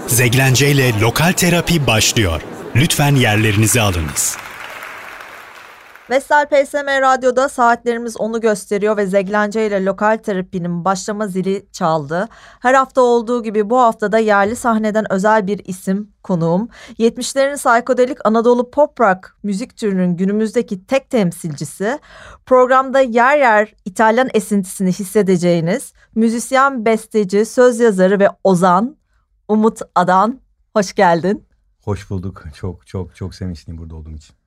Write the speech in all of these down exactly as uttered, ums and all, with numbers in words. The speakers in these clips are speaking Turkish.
Zeglence ile Lokal Terapi başlıyor. Lütfen yerlerinizi alınız. Vestel P S M Radyo'da saatlerimiz onu gösteriyor ve Zeglence ile Lokal Terapi'nin başlama zili çaldı. Her hafta olduğu gibi bu haftada yerli sahneden özel bir isim konuğum. yetmişlerin psikodelik Anadolu pop rock müzik türünün günümüzdeki tek temsilcisi. Programda yer yer İtalyan esintisini hissedeceğiniz müzisyen, besteci, söz yazarı ve ozan Umut Adan. Hoş geldin. Hoş bulduk. Çok çok çok sevinçliyim burada olduğum için.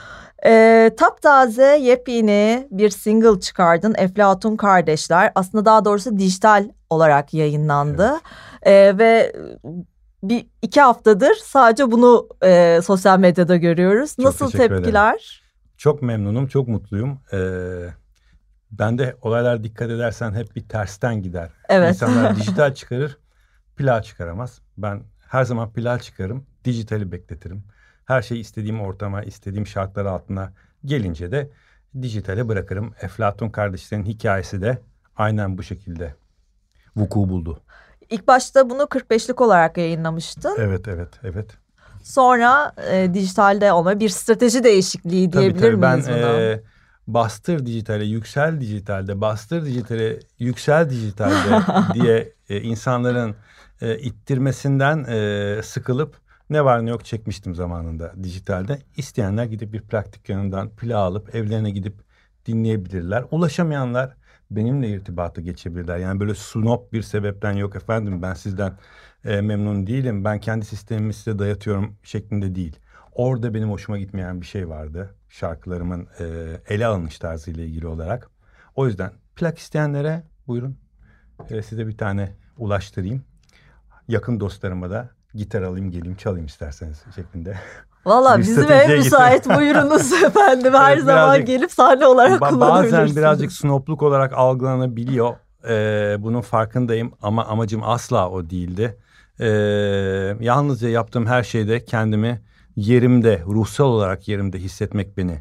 E, taptaze yepyeni bir single çıkardın, Eflatun Kardeşler. Aslında daha doğrusu dijital olarak yayınlandı. Evet. E, ve bir iki haftadır sadece bunu e, sosyal medyada görüyoruz. Çok Nasıl tepkiler? ederim. Çok memnunum, çok mutluyum. Ee, ben de olaylar dikkat edersen hep bir tersten gider. Evet. İnsanlar dijital çıkarır, plak çıkaramaz. Ben her zaman plak çıkarım, dijitali bekletirim. Her şeyi istediğim ortama, istediğim şartlar altına gelince de dijitale bırakırım. Eflatun Kardeşlerin hikayesi de aynen bu şekilde vuku buldu. İlk başta bunu kırk beşlik olarak yayınlamıştın. Evet, evet, evet. Sonra e, dijitalde olma bir strateji değişikliği diyebilir tabii, tabii. miyiz ben, buna? E, bastır dijitale, yüksel dijitalde, bastır dijitale, yüksel dijitalde diye e, insanların e, ittirmesinden e, sıkılıp ne var ne yok çekmiştim zamanında dijitalde. İsteyenler gidip bir plak dükkanından plak alıp evlerine gidip dinleyebilirler. Ulaşamayanlar benimle irtibata geçebilirler. Yani böyle snob bir sebepten yok efendim ben sizden e, memnun değilim. Ben kendi sistemimi size dayatıyorum şeklinde değil. Orada benim hoşuma gitmeyen bir şey vardı. Şarkılarımın e, ele alınış tarzıyla ilgili olarak. O yüzden plak isteyenlere buyurun e, size bir tane ulaştırayım. Yakın dostlarıma da gitar alayım geleyim çalayım isterseniz şeklinde. Valla bizim ev müsait buyurunuz efendim. Her evet, zaman birazcık, gelip sahne olarak ba- kullanabilirsiniz. Bazen birazcık snobluk olarak algılanabiliyor. Ee, bunun farkındayım ama amacım asla o değildi. Ee, yalnızca yaptığım her şeyde kendimi yerimde, ruhsal olarak yerimde hissetmek beni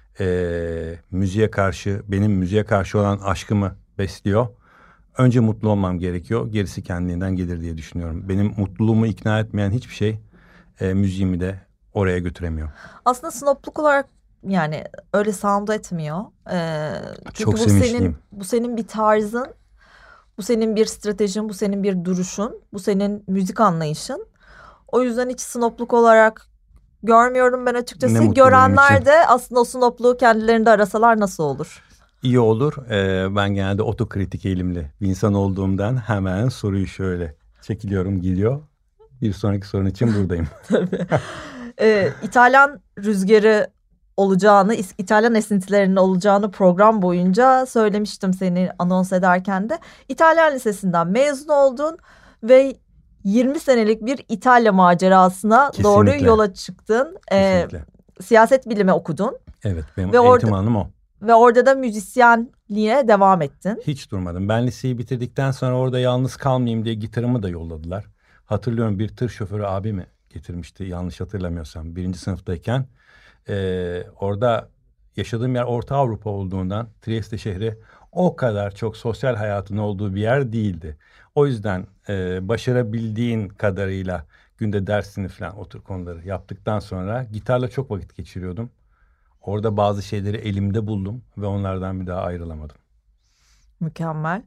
e, müziğe karşı, benim müziğe karşı olan aşkımı besliyor. Önce mutlu olmam gerekiyor. Gerisi kendiliğinden gelir diye düşünüyorum. Benim mutluluğumu ikna etmeyen hiçbir şey e, müziğimi de oraya götüremiyor. Aslında snobluk olarak yani öyle sound etmiyor. Ee, çünkü Çok bu sevinçliyim. Senin, bu senin bir tarzın, bu senin bir stratejin, bu senin bir duruşun, bu senin müzik anlayışın. O yüzden hiç snobluk olarak görmüyorum ben açıkçası. Görenler de aslında o snobluğu kendilerinde arasalar nasıl olur? İyi olur. Ee, ben genelde otokritik eğilimli bir insan olduğumdan hemen soruyu şöyle çekiliyorum gidiyor. Bir sonraki sorun için buradayım. Tabii. Ee, İtalyan rüzgarı olacağını, İtalyan esintilerinin olacağını program boyunca söylemiştim seni anons ederken de. İtalyan Lisesi'nden mezun oldun ve yirmi senelik bir İtalya macerasına Kesinlikle. doğru yola çıktın. Ee, siyaset bilimi okudun. Evet, benim ve eğitim orada, alanım o. Ve orada da müzisyenliğe devam ettin. Hiç durmadım. Ben liseyi bitirdikten sonra orada yalnız kalmayayım diye gitarımı da yolladılar. Hatırlıyorum bir tır şoförü abi mi getirmişti yanlış hatırlamıyorsam. Birinci sınıftayken e, orada yaşadığım yer Orta Avrupa olduğundan Trieste şehri o kadar çok sosyal hayatın olduğu bir yer değildi. O yüzden e, başarabildiğin kadarıyla günde dersini falan o tür konuları yaptıktan sonra gitarla çok vakit geçiriyordum. Orada bazı şeyleri elimde buldum ve onlardan bir daha ayrılamadım. Mükemmel.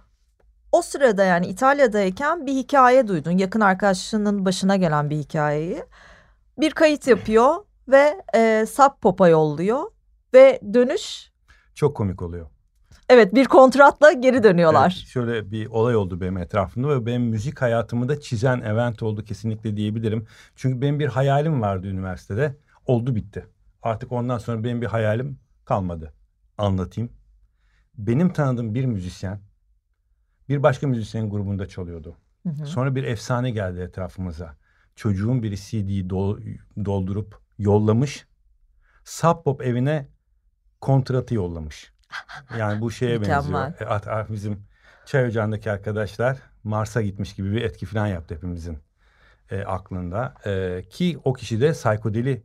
O sırada yani İtalya'dayken bir hikaye duydun. Yakın arkadaşının başına gelen bir hikayeyi. Bir kayıt yapıyor ve e, Sub Pop'a yolluyor. Ve dönüş... Çok komik oluyor. Evet, bir kontratla geri dönüyorlar. Evet, şöyle bir olay oldu benim etrafımda ve benim müzik hayatımı da çizen event oldu kesinlikle diyebilirim. Çünkü benim bir hayalim vardı üniversitede. Oldu bitti. Artık ondan sonra benim bir hayalim kalmadı. Anlatayım. Benim tanıdığım bir müzisyen bir başka müzisyenin grubunda çalıyordu. Hı hı. Sonra bir efsane geldi etrafımıza. Çocuğun biri C D'yi doldurup yollamış. Sub Pop evine kontratı yollamış. Yani bu şeye benziyor. E, bizim çay ocağındaki arkadaşlar Mars'a gitmiş gibi bir etki falan yaptı hepimizin e, aklında. E, ki o kişi de psikodeli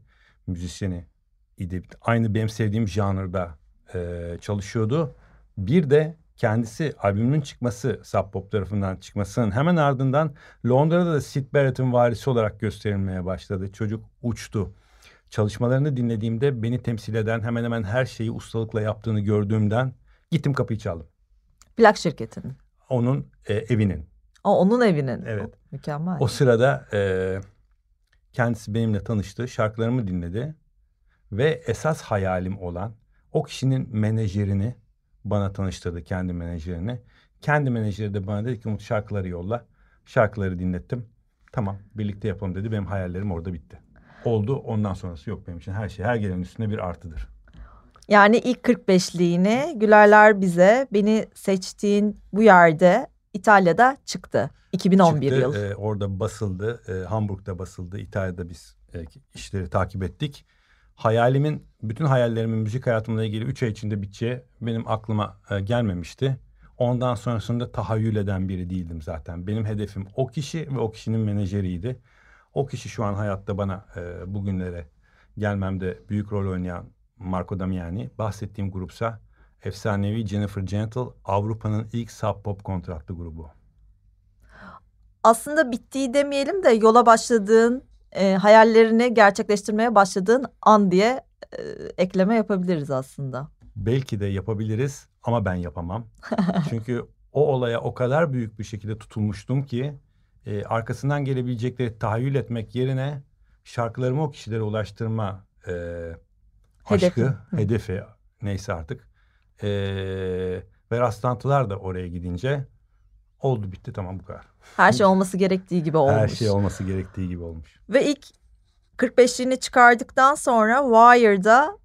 müzisyeni idi. Aynı benim sevdiğim janrda e, çalışıyordu. Bir de kendisi albümünün çıkması, Sub Pop tarafından çıkmasının hemen ardından Londra'da da Syd Barrett'ın varisi olarak gösterilmeye başladı. Çocuk uçtu. Çalışmalarını dinlediğimde beni temsil eden hemen hemen her şeyi ustalıkla yaptığını gördüğümden gittim kapıyı çaldım. Plak şirketinin. Onun e, evinin. O, onun evinin. Evet. O, mükemmel. O sırada e, kendisi benimle tanıştı, şarkılarımı dinledi ve esas hayalim olan o kişinin menajerini bana tanıştırdı, kendi menajerini. Kendi menajeri de bana dedi ki Umut şarkıları yolla. Şarkıları dinlettim. Tamam birlikte yapalım dedi. Benim hayallerim orada bitti. Oldu, ondan sonrası yok benim için. Her şey her gelenin üstünde bir artıdır. Yani ilk kırk beşliğini Gülerler Bize Beni Seçtiğin Bu Yerde İtalya'da çıktı. iki bin on bir Çıktı, yıl. E, orada basıldı. E, Hamburg'da basıldı. İtalya'da biz e, işleri takip ettik. Hayalimin, bütün hayallerimin müzik hayatımla ilgili üç ay içinde biteceği benim aklıma e, gelmemişti. Ondan sonrasında tahayyül eden biri değildim zaten. Benim hedefim o kişi ve o kişinin menajeriydi. O kişi şu an hayatta bana e, bugünlere gelmemde büyük rol oynayan Marco Damiani. Bahsettiğim grupsa efsanevi Jennifer Gentle, Avrupa'nın ilk sub pop kontratlı grubu. Aslında bittiği demeyelim de yola başladığın, e, hayallerini gerçekleştirmeye başladığın an diye e, ekleme yapabiliriz aslında. Belki de yapabiliriz ama ben yapamam. Çünkü o olaya o kadar büyük bir şekilde tutulmuştum ki e, arkasından gelebilecekleri tahayyül etmek yerine şarkılarımı o kişilere ulaştırma e, aşkı, Hedefi. hedefi neyse artık. E, ve rastlantılar da oraya gidince oldu bitti tamam bu kadar. Her şey olması gerektiği gibi olmuş. Her şey olması gerektiği gibi olmuş. Ve ilk kırk beşliğini çıkardıktan sonra Wired'a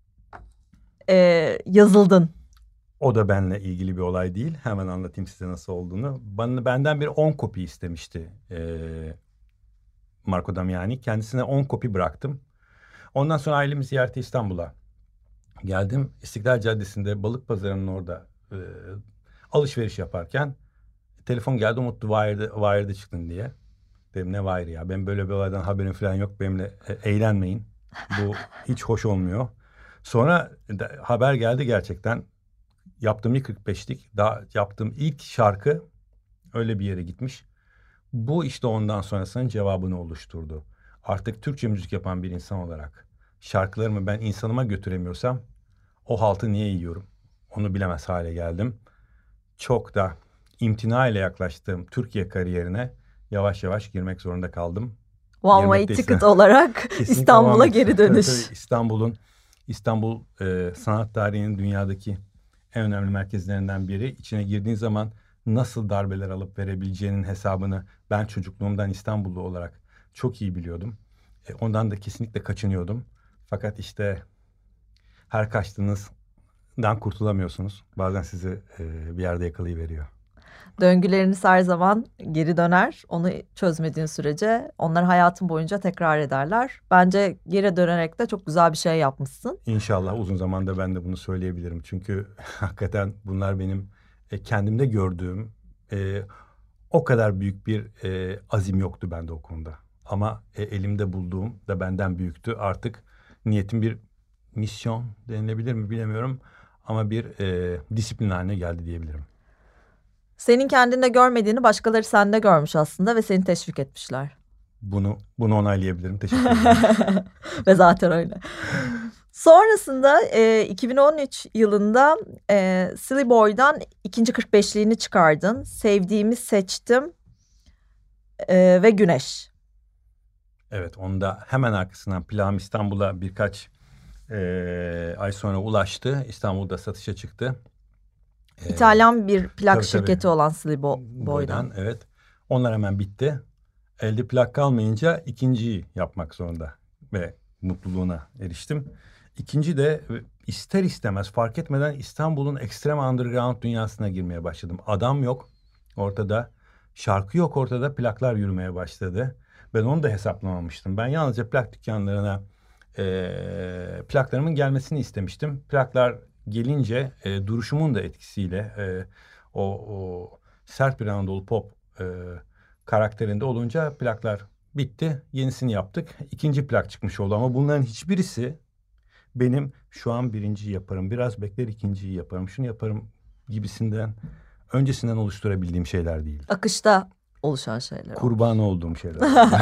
e, yazıldın. O da benimle ilgili bir olay değil. Hemen anlatayım size nasıl olduğunu. Bana, benden bir on kopi istemişti ee, Marco Damiani. Kendisine on kopi bıraktım. Ondan sonra ailemi ziyarete İstanbul'a geldim. İstiklal Caddesi'nde Balıkpazarı'nın orada e, alışveriş yaparken telefon geldi. Umutlu Wired'e, Wired'e çıktın diye. Dedim ne Wire ya? Ben böyle bir olaydan haberim falan yok. Benimle e, eğlenmeyin. Bu hiç hoş olmuyor. Sonra da, haber geldi gerçekten. Yaptığım ilk kırk beşlik, daha yaptığım ilk şarkı öyle bir yere gitmiş. Bu işte ondan sonrasının cevabını oluşturdu. Artık Türkçe müzik yapan bir insan olarak şarkılarımı ben insanıma götüremiyorsam o haltı niye yiyorum? Onu bilemez hale geldim. Çok da imtina ile yaklaştığım Türkiye kariyerine yavaş yavaş girmek zorunda kaldım. One way ticket olarak İstanbul'a geri dönüş. Tabii, tabii, İstanbul'un İstanbul e, sanat tarihinin dünyadaki en önemli merkezlerinden biri. İçine girdiğin zaman nasıl darbeler alıp verebileceğinin hesabını ben çocukluğumdan İstanbullu olarak çok iyi biliyordum. E, ondan da kesinlikle kaçınıyordum. Fakat işte her kaçtığınızdan kurtulamıyorsunuz. Bazen sizi e, bir yerde yakalayıveriyor. Döngüleriniz her zaman geri döner. Onu çözmediğin sürece onlar hayatın boyunca tekrar ederler. Bence geri dönerek de çok güzel bir şey yapmışsın. İnşallah uzun zamanda ben de bunu söyleyebilirim. Çünkü hakikaten bunlar benim e, kendimde gördüğüm e, o kadar büyük bir e, azim yoktu bende o konuda. Ama e, elimde bulduğum da benden büyüktü. Artık niyetim bir misyon denilebilir mi bilemiyorum. Ama bir e, disiplin haline geldi diyebilirim. Senin kendinde görmediğini başkaları sende görmüş aslında ve seni teşvik etmişler. Bunu bunu onaylayabilirim. Teşekkür ederim. Ve zaten öyle. Sonrasında e, iki bin on üç yılında e, Silly Boy'dan ikinci kırk beşliğini çıkardın. Sevdiğimi Seçtim e, ve Güneş. Evet, onu da hemen arkasından plağım İstanbul'a birkaç e, ay sonra ulaştı. İstanbul'da satışa çıktı. İtalyan bir plak tabii, şirketi tabii. olan Silly Boy'dan. Boy'dan. Evet. Onlar hemen bitti. Elde plak kalmayınca ikinciyi yapmak zorunda ve mutluluğuna eriştim. İkinci de ister istemez fark etmeden İstanbul'un ekstrem underground dünyasına girmeye başladım. Adam yok ortada, şarkı yok ortada, plaklar yürümeye başladı. Ben onu da hesaplamamıştım. Ben yalnızca plak dükkanlarına e, plaklarımın gelmesini istemiştim. Plaklar gelince e, duruşumun da etkisiyle e, o, o sert bir Anadolu pop e, karakterinde olunca plaklar bitti. Yenisini yaptık. İkinci plak çıkmış oldu ama bunların hiçbirisi benim şu an birinciyi yaparım, biraz bekler ikinciyi yaparım, şunu yaparım gibisinden öncesinden oluşturabildiğim şeyler değil. Akışta oluşan şeyler. Kurban olduğum şeyler.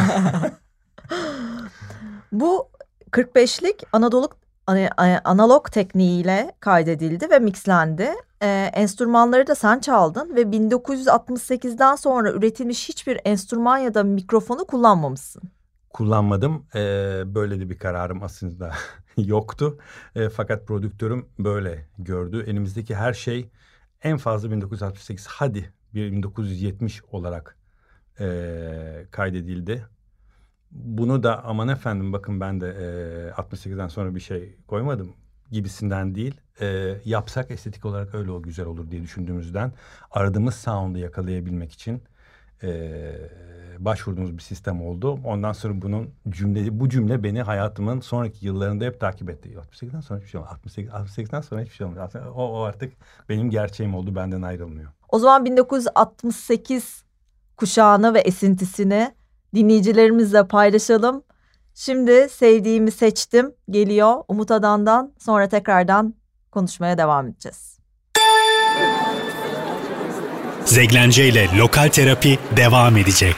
Bu kırk beşlik Anadolu analog tekniğiyle kaydedildi ve mixlendi. Ee, enstrümanları da sen çaldın ve bin dokuz yüz altmış sekizden sonra üretilmiş hiçbir enstrüman ya da mikrofonu kullanmamışsın. Kullanmadım. Ee, böyle de bir kararım aslında yoktu. Ee, fakat prodüktörüm böyle gördü. Elimizdeki her şey en fazla bin dokuz yüz altmış sekiz, hadi bin dokuz yüz yetmiş olarak e, kaydedildi. Bunu da aman efendim bakın ben de e, altmış sekizden sonra bir şey koymadım gibisinden değil. E, yapsak estetik olarak öyle o güzel olur diye düşündüğümüzden aradığımız sound'u yakalayabilmek için e, başvurduğumuz bir sistem oldu. Ondan sonra bunun cümle, bu cümle beni hayatımın sonraki yıllarında hep takip etti. altmış sekizden sonra hiçbir şey olmadı. altmış sekiz, altmış sekizden sonra hiçbir şey olmadı. O, o artık benim gerçeğim oldu, benden ayrılmıyor. O zaman bin dokuz yüz altmış sekiz kuşağını ve esintisini dinleyicilerimizle paylaşalım. Şimdi Sevdiğimi Seçtim geliyor Umut Adan'dan, sonra tekrardan konuşmaya devam edeceğiz. Zeglence ile Lokal Terapi devam edecek.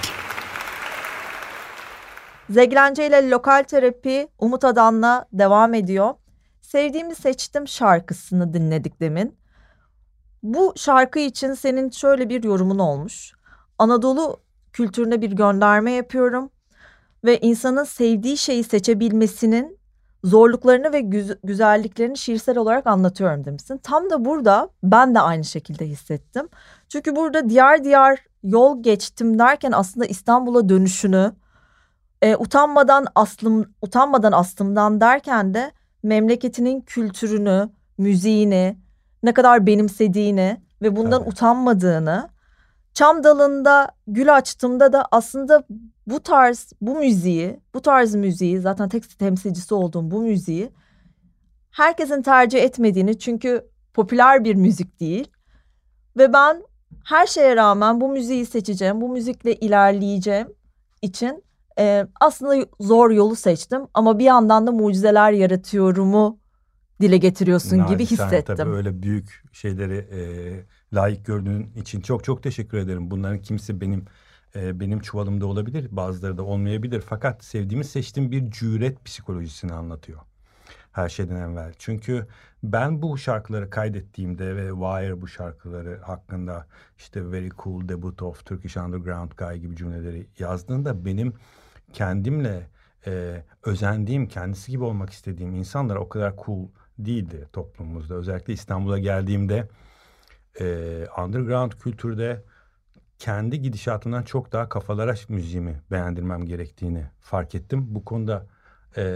Zeglence ile Lokal Terapi Umut Adan'la devam ediyor. Sevdiğimi Seçtim şarkısını dinledik demin. Bu şarkı için senin şöyle bir yorumun olmuş. Anadolu kültürüne bir gönderme yapıyorum ve insanın sevdiği şeyi seçebilmesinin zorluklarını ve güz- güzelliklerini şiirsel olarak anlatıyorum demişsin. Tam da burada ben de aynı şekilde hissettim. Çünkü burada diyar diyar yol geçtim derken aslında İstanbul'a dönüşünü, e, utanmadan aslım utanmadan aslımdan derken de memleketinin kültürünü, müziğini ne kadar benimsediğini ve bundan Evet. utanmadığını, Çam Dalı'nda Gül Açtım'da da aslında bu tarz bu müziği, bu tarz müziği, zaten tek temsilcisi olduğum bu müziği herkesin tercih etmediğini, çünkü popüler bir müzik değil ve ben her şeye rağmen bu müziği seçeceğim, bu müzikle ilerleyeceğim için e, aslında zor yolu seçtim ama bir yandan da mucizeler yaratıyorumu dile getiriyorsun gibi Naçizane hissettim. Tabii öyle büyük şeyleri e, layık gördüğün için çok çok teşekkür ederim. Bunların kimisi benim e, benim çuvalımda olabilir, bazıları da olmayabilir. Fakat sevdiğimi seçtiğim bir cüret psikolojisini anlatıyor her şeyden evvel. Çünkü ben bu şarkıları kaydettiğimde ve Wire bu şarkıları hakkında işte Very Cool Debut of Turkish Underground Guy gibi cümleleri yazdığında benim kendimle e, özendiğim, kendisi gibi olmak istediğim insanlar o kadar cool değildi toplumumuzda. Özellikle İstanbul'a geldiğimde e, underground kültürde kendi gidişatımdan çok daha kafalara müziğimi beğendirmem gerektiğini fark ettim. Bu konuda e,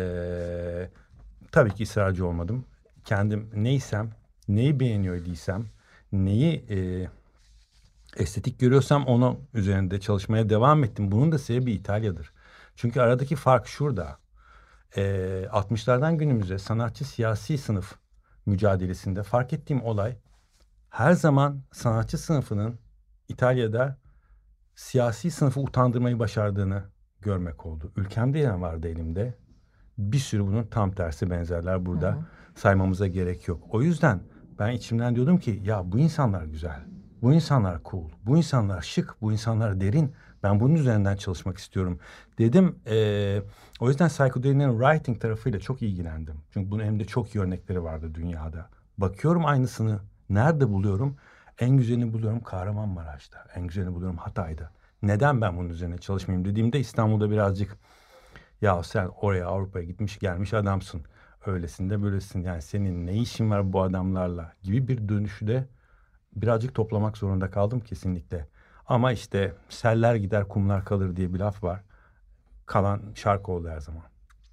tabii ki ısrarcı olmadım. Kendim neysem, neyi beğeniyorduysam, neyi e, estetik görüyorsam onun üzerinde çalışmaya devam ettim. Bunun da sebebi İtalya'dır. Çünkü aradaki fark şurada. E, altmışlardan günümüze sanatçı siyasi sınıf mücadelesinde fark ettiğim olay, her zaman sanatçı sınıfının İtalya'da siyasi sınıfı utandırmayı başardığını görmek oldu. Ülkemde yine vardı elimde. Bir sürü bunun tam tersi benzerler burada. Hı hı. Saymamıza gerek yok. O yüzden ben içimden diyordum ki ya bu insanlar güzel. Bu insanlar cool. Bu insanlar şık. Bu insanlar derin. Ben bunun üzerinden çalışmak istiyorum dedim. Ee, o yüzden psychedelic'in writing tarafıyla çok ilgilendim. Çünkü bunun hem de çok iyi örnekleri vardı dünyada. Bakıyorum aynısını nerede buluyorum? En güzelini buluyorum Kahramanmaraş'ta. En güzelini buluyorum Hatay'da. Neden ben bunun üzerine çalışmayayım dediğimde İstanbul'da birazcık ya sen oraya Avrupa'ya gitmiş gelmiş adamsın. Öylesin de böylesin. Yani senin ne işin var bu adamlarla gibi bir dönüşü de birazcık toplamak zorunda kaldım kesinlikle. Ama işte seller gider kumlar kalır diye bir laf var. Kalan şarkı oldu her zaman.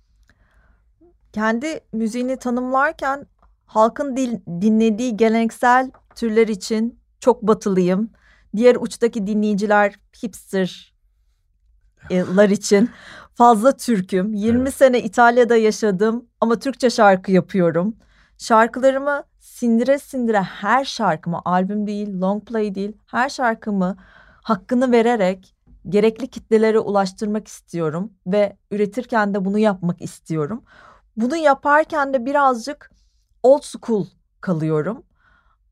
Kendi müziğini tanımlarken halkın dil, dinlediği geleneksel türler için çok batılıyım. Diğer uçtaki dinleyiciler hipsterlar için fazla Türk'üm. yirmi evet. sene İtalya'da yaşadım ama Türkçe şarkı yapıyorum. Şarkılarımı sindire sindire her şarkımı, albüm değil, long play değil, her şarkımı hakkını vererek gerekli kitlelere ulaştırmak istiyorum ve üretirken de bunu yapmak istiyorum. Bunu yaparken de birazcık old school kalıyorum.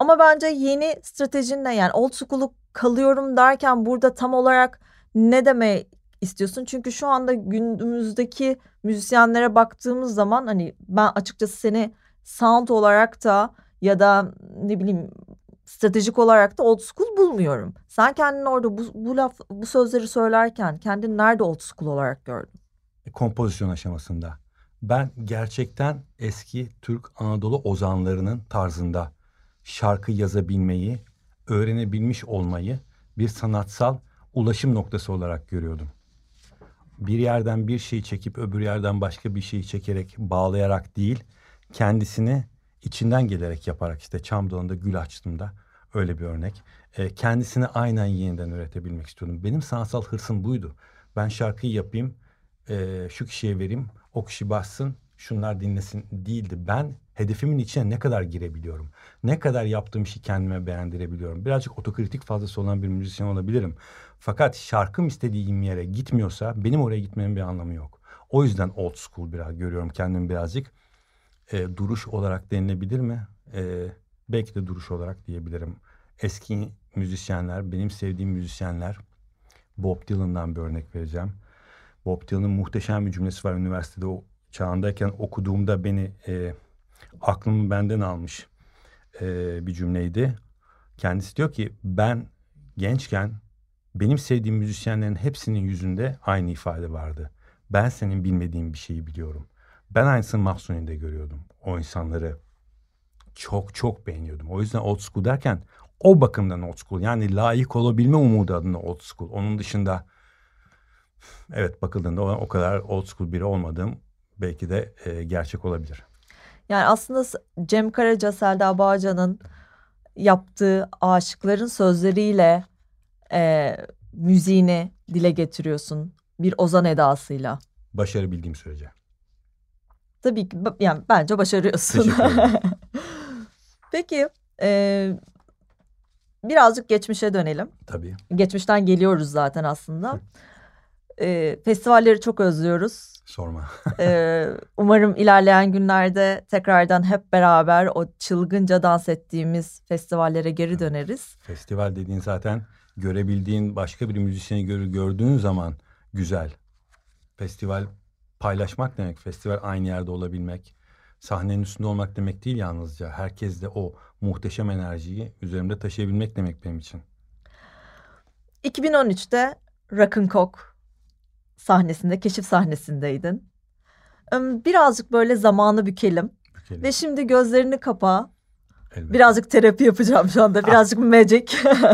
Ama bence yeni stratejin ne? Yani old school'u kalıyorum derken burada tam olarak ne demek istiyorsun? Çünkü şu anda günümüzdeki müzisyenlere baktığımız zaman hani ben açıkçası seni sound olarak da ya da ne bileyim stratejik olarak da old school bulmuyorum. Sen kendini orada bu, bu laf bu sözleri söylerken kendini nerede old school olarak gördün? Kompozisyon aşamasında. Ben gerçekten eski Türk Anadolu ozanlarının tarzında şarkı yazabilmeyi, öğrenebilmiş olmayı bir sanatsal ulaşım noktası olarak görüyordum. Bir yerden bir şeyi çekip öbür yerden başka bir şeyi çekerek, bağlayarak değil, kendisini içinden gelerek yaparak, işte Çam Dalı'nda gül açtığımda öyle bir örnek. E, kendisini aynen yeniden üretebilmek istiyordum. Benim sanatsal hırsım buydu. Ben şarkıyı yapayım, e, şu kişiye vereyim, o kişi bassın, şunlar dinlesin değildi. Ben hedefimin içine ne kadar girebiliyorum? Ne kadar yaptığım işi kendime beğendirebiliyorum? Birazcık otokritik fazlası olan bir müzisyen olabilirim. Fakat şarkım istediğim yere gitmiyorsa benim oraya gitmemin bir anlamı yok. O yüzden old school biraz görüyorum kendimi birazcık. E, duruş olarak denilebilir mi? E, belki de duruş olarak diyebilirim. Eski müzisyenler, benim sevdiğim müzisyenler, Bob Dylan'dan bir örnek vereceğim. Bob Dylan'ın muhteşem bir cümlesi var, üniversitede o çağındayken okuduğumda beni e, aklımı benden almış e, bir cümleydi. Kendisi diyor ki ben gençken benim sevdiğim müzisyenlerin hepsinin yüzünde aynı ifade vardı. Ben senin bilmediğin bir şeyi biliyorum. Ben aynısını Mahsuni'de görüyordum. O insanları çok çok beğeniyordum. O yüzden old school derken o bakımdan old school. Yani layık olabilme umudu adına old school. Onun dışında evet bakıldığında o, o kadar old school biri olmadığım belki de e, gerçek olabilir. Yani aslında Cem Karaca, Selda Bağcan'ın yaptığı aşıkların sözleriyle e, müziğini dile getiriyorsun bir ozan edasıyla. Başarabildiğim sürece. Tabii ki yani bence başarıyorsun. Teşekkür ederim. Peki e, birazcık geçmişe dönelim. Tabii. Geçmişten geliyoruz zaten aslında. e, festivalleri çok özlüyoruz. Sorma. e, umarım ilerleyen günlerde tekrardan hep beraber o çılgınca dans ettiğimiz festivallere geri döneriz. Festival dediğin zaten görebildiğin başka bir müzisyeni gör, gördüğün zaman güzel. Festival paylaşmak demek. Festival aynı yerde olabilmek. Sahnenin üstünde olmak demek değil yalnızca. Herkes de o muhteşem enerjiyi üzerimde taşıyabilmek demek benim için. iki bin on üçte Rock'n'Coke sahnesinde, keşif sahnesindeydin. Birazcık böyle zamanı bükelim. bükelim. Ve şimdi gözlerini kapa. Elbette. Birazcık terapi yapacağım şu anda. Birazcık magic.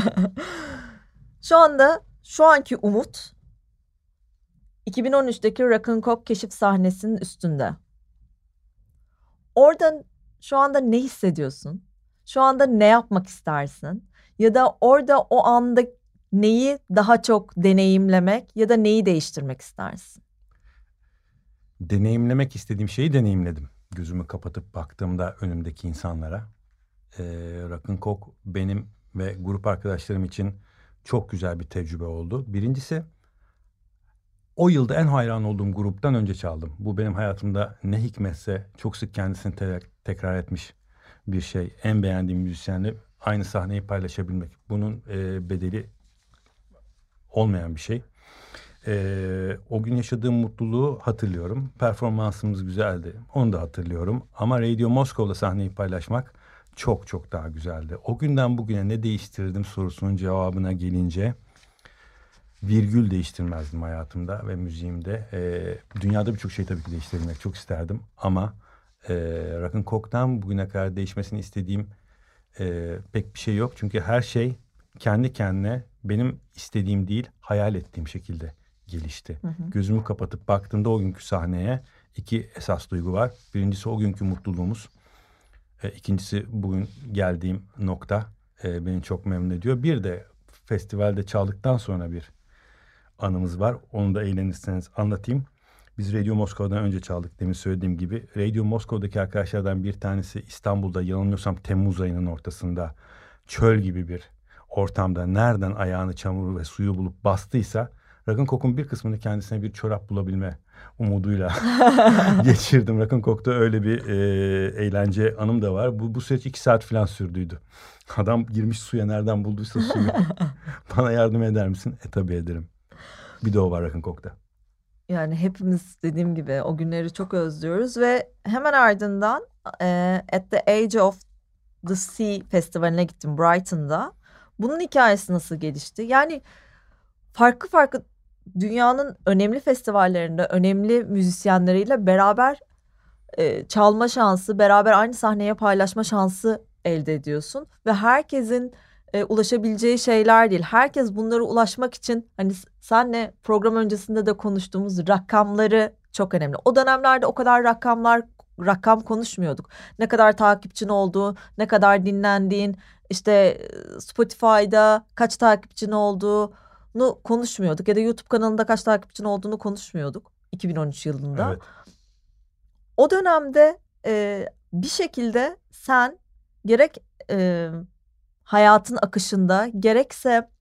Şu anda, şu anki Umut iki bin on üçteki Rock'n'Coke keşif sahnesinin üstünde. Orada şu anda ne hissediyorsun? Şu anda ne yapmak istersin? Ya da orada o anda neyi daha çok deneyimlemek ya da neyi değiştirmek istersin? Deneyimlemek istediğim şeyi deneyimledim. Gözümü kapatıp baktığımda önümdeki insanlara. Ee, Rock'n'Coke benim ve grup arkadaşlarım için çok güzel bir tecrübe oldu. Birincisi, o yılda en hayran olduğum gruptan önce çaldım. Bu benim hayatımda ne hikmetse çok sık kendisini te- tekrar etmiş bir şey. En beğendiğim müzisyenle aynı sahneyi paylaşabilmek. Bunun e, bedeli olmayan bir şey. E, o gün yaşadığım mutluluğu hatırlıyorum. Performansımız güzeldi. Onu da hatırlıyorum. Ama Radio Moscow'da sahneyi paylaşmak çok çok daha güzeldi. O günden bugüne ne değiştirdim sorusunun cevabına gelince virgül değiştirmezdim hayatımda ve müziğimde. E, dünyada birçok şey tabii ki değiştirmek çok isterdim. Ama e, Rock'n'Coke'dan bugüne kadar değişmesini istediğim e, pek bir şey yok. Çünkü her şey kendi kendine benim istediğim değil, hayal ettiğim şekilde gelişti. Hı hı. Gözümü kapatıp baktığımda o günkü sahneye iki esas duygu var. Birincisi o günkü mutluluğumuz. E, ikincisi bugün geldiğim nokta e, beni çok memnun ediyor. Bir de festivalde çaldıktan sonra bir anımız var. Onu da eğlenirseniz anlatayım. Biz Radio Moscow'dan önce çaldık demin söylediğim gibi. Radio Moscow'daki arkadaşlardan bir tanesi İstanbul'da yanılmıyorsam Temmuz ayının ortasında çöl gibi bir ortamda nereden ayağını çamuru ve suyu bulup bastıysa Rock'n'Coke'un bir kısmını kendisine bir çorap bulabilme umuduyla geçirdim. Rock'n'Coke'da öyle bir e, eğlence anım da var. Bu, bu süreç iki saat falan sürdüydü. Adam girmiş suya, nereden bulduysa suyu. Bana yardım eder misin? E tabii ederim. Bir de o var Rock'n'Coke'da. Yani hepimiz dediğim gibi o günleri çok özlüyoruz ve hemen ardından e, At the Age of the Sea festivaline gittim Brighton'da. Bunun hikayesi nasıl gelişti? Yani farklı farklı dünyanın önemli festivallerinde önemli müzisyenleriyle beraber e, çalma şansı, beraber aynı sahneye paylaşma şansı elde ediyorsun. Ve herkesin e, ulaşabileceği şeyler değil. Herkes bunlara ulaşmak için hani senle program öncesinde de konuştuğumuz rakamları çok önemli. O dönemlerde o kadar rakamlar rakam konuşmuyorduk. Ne kadar takipçin olduğu, ne kadar dinlendiğin, işte Spotify'da kaç takipçin olduğunu konuşmuyorduk. Ya da YouTube kanalında kaç takipçin olduğunu konuşmuyorduk iki bin on üç yılında. Evet. O dönemde e, bir şekilde sen gerek e, hayatın akışında, gerekse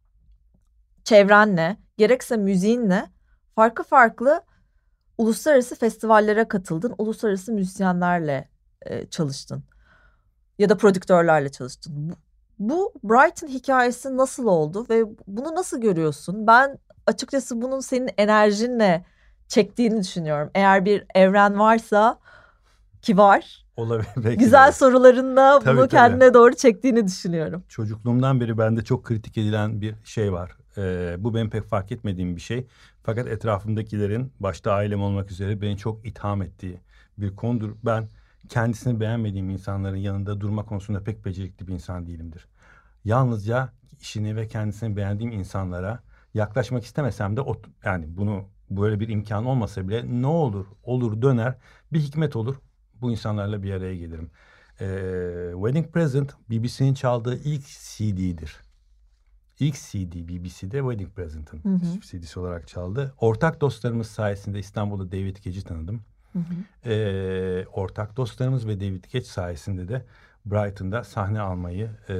çevrenle, gerekse müziğinle farklı farklı uluslararası festivallere katıldın. Uluslararası müzisyenlerle e, çalıştın. Ya da prodüktörlerle çalıştın. Bu, bu Brighton hikayesi nasıl oldu ve bunu nasıl görüyorsun? Ben açıkçası bunun senin enerjinle çektiğini düşünüyorum. Eğer bir evren varsa, ki var. Olabilir. Güzel de. sorularınla Tabii, bunu tabii. kendine doğru çektiğini düşünüyorum. Çocukluğumdan beri bende çok kritik edilen bir şey var. Ee, bu benim pek fark etmediğim bir şey. Fakat etrafımdakilerin, başta ailem olmak üzere, beni çok itham ettiği bir konudur. Ben kendisini beğenmediğim insanların yanında durma konusunda pek becerikli bir insan değilimdir. Yalnızca işini ve kendisini beğendiğim insanlara yaklaşmak istemesem de, yani bunu böyle bir imkan olmasa bile ne olur olur döner, bir hikmet olur. Bu insanlarla bir araya gelirim. Ee, Wedding Present B B C'nin çaldığı ilk C D'dir. İlk C D B B C'de Wedding Present'ın C D'si olarak çaldı. Ortak dostlarımız sayesinde İstanbul'da David Gedge'i tanıdım. Hı hı. Ee, ortak dostlarımız ve David Gedge sayesinde de Brighton'da sahne almayı e,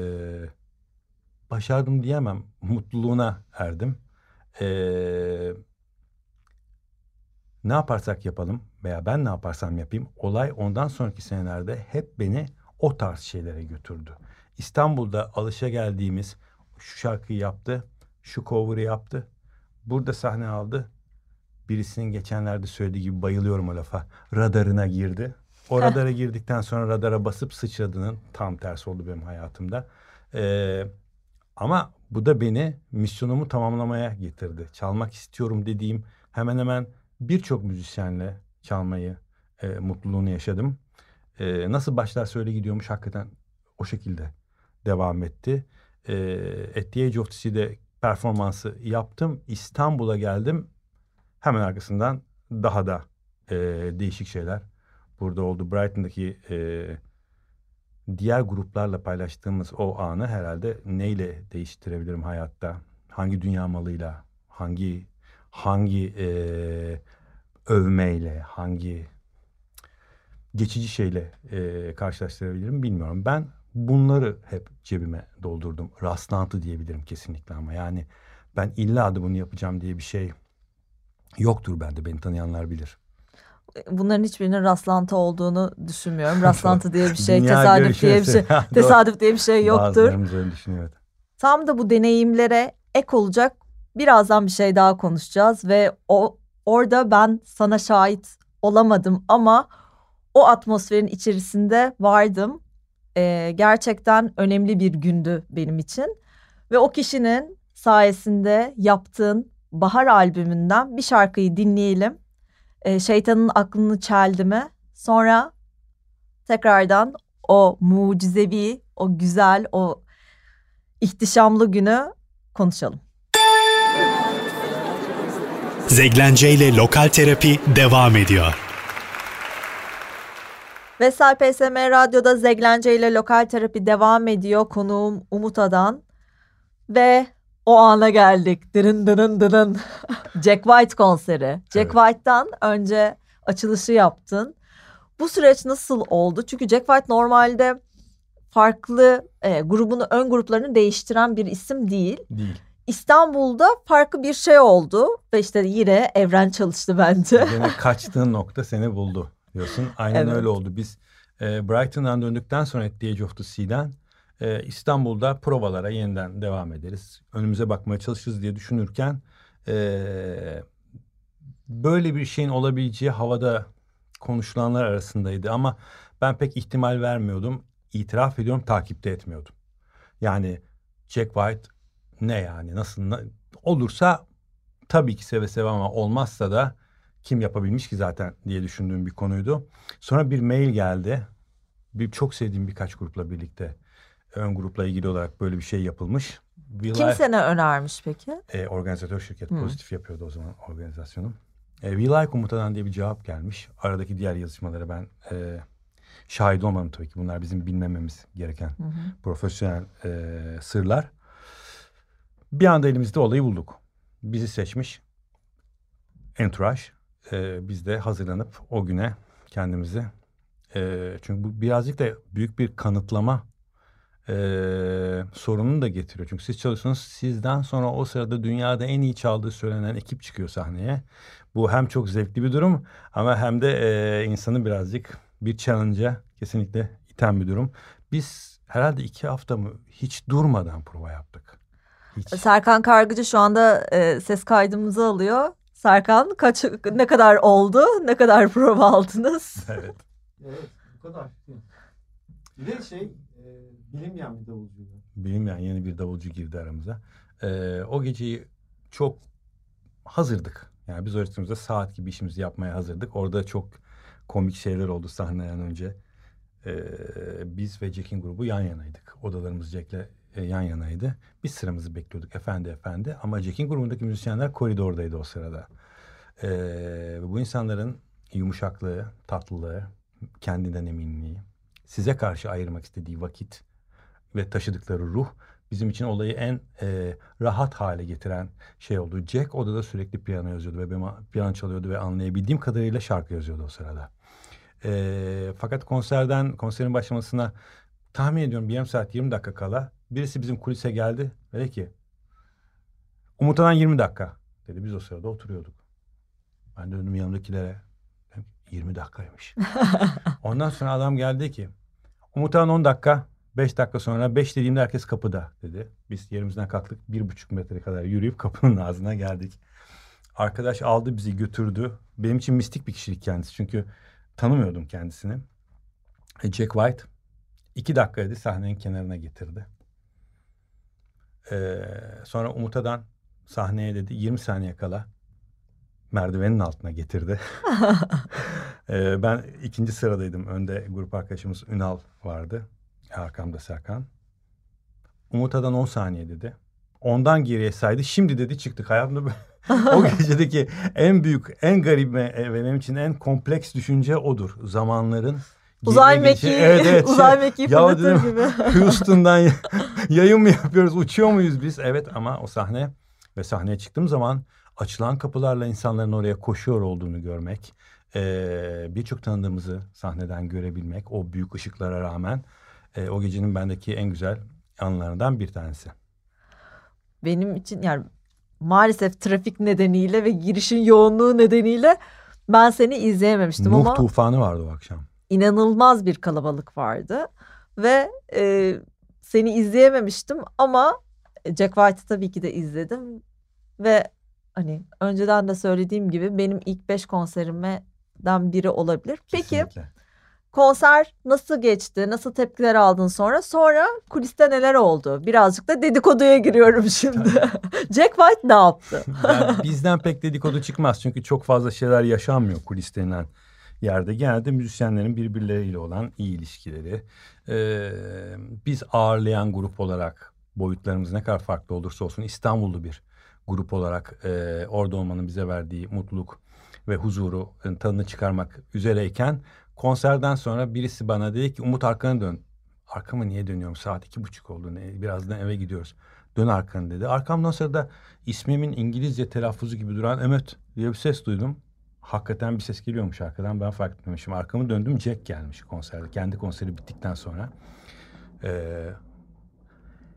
başardım diyemem. Mutluluğuna erdim. Ee, ne yaparsak yapalım veya ben ne yaparsam yapayım, olay ondan sonraki senelerde hep beni o tarz şeylere götürdü. İstanbul'da alışageldiğimiz şu şarkıyı yaptı, şu cover'ı yaptı, burada sahne aldı. Birisinin geçenlerde söylediği gibi, bayılıyorum o lafa, radarına girdi. O radara girdikten sonra radara basıp sıçradığının tam tersi oldu benim hayatımda. Ee, ama bu da beni misyonumu tamamlamaya getirdi. Çalmak istiyorum dediğim hemen hemen birçok müzisyenle çalmayı, e, mutluluğunu yaşadım. E, nasıl başlar söyle gidiyormuş, hakikaten o şekilde devam etti. E, At the Age of the Sea'de performansı yaptım. İstanbul'a geldim. Hemen arkasından daha da e, değişik şeyler burada oldu. Brighton'daki e, diğer gruplarla paylaştığımız o anı herhalde neyle değiştirebilirim hayatta? Hangi dünya malıyla, hangi hangi e, övmeyle, hangi geçici şeyle e, karşılaştırabilirim bilmiyorum. Ben bunları hep cebime doldurdum. Rastlantı diyebilirim kesinlikle, ama yani ben illa adı bunu yapacağım diye bir şey yoktur bende. Beni tanıyanlar bilir. Bunların hiçbirinin rastlantı olduğunu düşünmüyorum. Rastlantı diye bir şey, Dünya tesadüf diye bir şey, tesadüf diye bir şey yoktur. Bazılarımız öyle düşünüyor. Tam da bu deneyimlere ek olacak birazdan bir şey daha konuşacağız ve o orada ben sana şahit olamadım ama o atmosferin içerisinde vardım. Ee, gerçekten önemli bir gündü benim için ve o kişinin sayesinde yaptığın Bahar albümünden bir şarkıyı dinleyelim. Ee, Şeytanın Aklını Çeldi mi? Sonra tekrardan o mucizevi, o güzel, o ihtişamlı günü konuşalım. Zeglence ile Lokal Terapi devam ediyor. Vestel P S M Radyo'da Zeglence ile Lokal Terapi devam ediyor. Konuğum Umut Adan. Ve o ana geldik. Dırın dırın dırın. Jack White konseri. Jack evet. White'tan önce açılışı yaptın. Bu süreç nasıl oldu? Çünkü Jack White normalde farklı e, grubunu, ön gruplarını değiştiren bir isim değil. Değil. İstanbul'da farklı bir şey oldu ve işte yine evren çalıştı bence. Yine kaçtığın nokta seni buldu diyorsun. Aynen Evet. öyle oldu. Biz e, Brighton'dan döndükten sonra At the Edge of the Sea'den e, İstanbul'da provalara yeniden devam ederiz. Önümüze bakmaya çalışırız diye düşünürken e, böyle bir şeyin olabileceği havada konuşulanlar arasındaydı ama ben pek ihtimal vermiyordum. İtiraf ediyorum, takipte etmiyordum. Yani Jack White ne yani, nasıl na- olursa tabii ki seve seve ama olmazsa da kim yapabilmiş ki zaten diye düşündüğüm bir konuydu. Sonra bir mail geldi. Bir, çok sevdiğim birkaç grupla birlikte ön grupla ilgili olarak böyle bir şey yapılmış. We Kim Like- sana önermiş peki? e, organizatör şirket Hmm. pozitif yapıyordu o zaman organizasyonu. E, We Like Umut'tan diye bir cevap gelmiş. Aradaki diğer yazışmalara ben e, şahit olmadım tabii ki. Bunlar bizim bilmememiz gereken Hı hı. profesyonel e, sırlar. Bir anda elimizde olayı bulduk. Bizi seçmiş Entourage. E, biz de hazırlanıp o güne kendimizi... E, çünkü bu birazcık da büyük bir kanıtlama e, sorununu da getiriyor. Çünkü siz çalışıyorsunuz, sizden sonra o sırada dünyada en iyi çaldığı söylenen ekip çıkıyor sahneye. Bu hem çok zevkli bir durum ama hem de e, insanı birazcık bir challenge'a kesinlikle iten bir durum. Biz herhalde iki hafta mı hiç durmadan prova yaptık. Hiç. Serkan Kargıcı şu anda e, ses kaydımızı alıyor. Serkan kaç ne kadar oldu? Ne kadar prova aldınız? Evet. Evet, bu kadar. Bir de şey, e, bilinmeyen bir davulcuydu. Bilmiyorum, yeni bir davulcu girdi aramıza. Ee, o geceyi çok hazırdık. Yani biz öğretimizde saat gibi işimizi yapmaya hazırdık. Orada çok komik şeyler oldu sahneden önce. Ee, biz ve Jack'in grubu yan yanaydık. Odalarımız Jack'le e, yan yanaydı. Biz sıramızı bekliyorduk efendi efendi. Ama Jack'in grubundaki müzisyenler koridordaydı o sırada. Ee, bu insanların yumuşaklığı, tatlılığı, kendinden eminliği, size karşı ayırmak istediği vakit ve taşıdıkları ruh bizim için olayı en e, rahat hale getiren şey oldu. Jack odada sürekli piyano yazıyordu ve ben piyano çalıyordu ve anlayabildiğim kadarıyla şarkı yazıyordu o sırada. E, fakat konserden, konserin başlamasına tahmin ediyorum bir yarım saat yirmi dakika kala birisi bizim kulise geldi ve dedi ki Umut'tan yirmi dakika dedi. Biz o sırada oturuyorduk. Ben döndüm yanımdakilere. yirmi dakikaymış. Ondan sonra adam geldi ki Umut'tan on dakika, beş dakika sonra beş dediğimde herkes kapıda dedi. Biz yerimizden kalktık, bir buçuk metre kadar yürüyüp kapının ağzına geldik. Arkadaş aldı bizi götürdü. Benim için mistik bir kişilik kendisi çünkü tanımıyordum kendisini. E, Jack White iki dakika dedi, sahnenin kenarına getirdi. Ee, sonra Umut'dan sahneye dedi yirmi saniye kala merdivenin altına getirdi. ee, ben ikinci sıradaydım. Önde grup arkadaşımız Ünal vardı. Arkamda Serkan. Umut'dan on saniye dedi. Ondan geriye saydı. Şimdi dedi çıktık. Hayatımda böyle o gecedeki en büyük, en garip ve benim için en kompleks düşünce odur. Zamanların Uzay geriye gelişi. mekiği, Evet, evet. uzay mekiği Ya fırlatır dedim, gibi. Houston'dan yayın mı yapıyoruz? Uçuyor muyuz biz? Evet ama o sahne ve sahneye çıktığım zaman açılan kapılarla insanların oraya koşuyor olduğunu görmek, e, birçok tanıdığımızı sahneden görebilmek, o büyük ışıklara rağmen e, o gecenin bendeki en güzel anlarından bir tanesi. Benim için yani maalesef trafik nedeniyle ve girişin yoğunluğu nedeniyle ben seni izleyememiştim Nuh ama tufanı vardı o akşam. inanılmaz bir kalabalık vardı ve e, seni izleyememiştim ama Jack White'ı tabii ki de izledim ve hani önceden de söylediğim gibi benim ilk beş konserimden biri olabilir. Peki Kesinlikle. konser nasıl geçti? Nasıl tepkiler aldın sonra? Sonra kuliste neler oldu? Birazcık da dedikoduya giriyorum şimdi. Jack White ne yaptı? Yani bizden pek dedikodu çıkmaz çünkü çok fazla şeyler yaşanmıyor kulis denilen yerde. Genelde müzisyenlerin birbirleriyle olan iyi ilişkileri. Ee, biz ağırlayan grup olarak boyutlarımız ne kadar farklı olursa olsun İstanbullu bir grup olarak e, orada olmanın bize verdiği mutluluk ve huzuru e, tadını çıkarmak üzereyken konserden sonra birisi bana dedi ki Umut arkana dön. Arkama niye dönüyorum? Saat iki buçuk oldu. Ne? Birazdan eve gidiyoruz. Dön arkanı dedi. Arkamdan sonra da ismimin İngilizce telaffuzu gibi duran Ömet diye bir ses duydum. Hakikaten bir ses geliyormuş arkadan. Ben fark etmemişim. Arkamı döndüm. Jack gelmiş konserde. Kendi konseri bittikten sonra. Ee,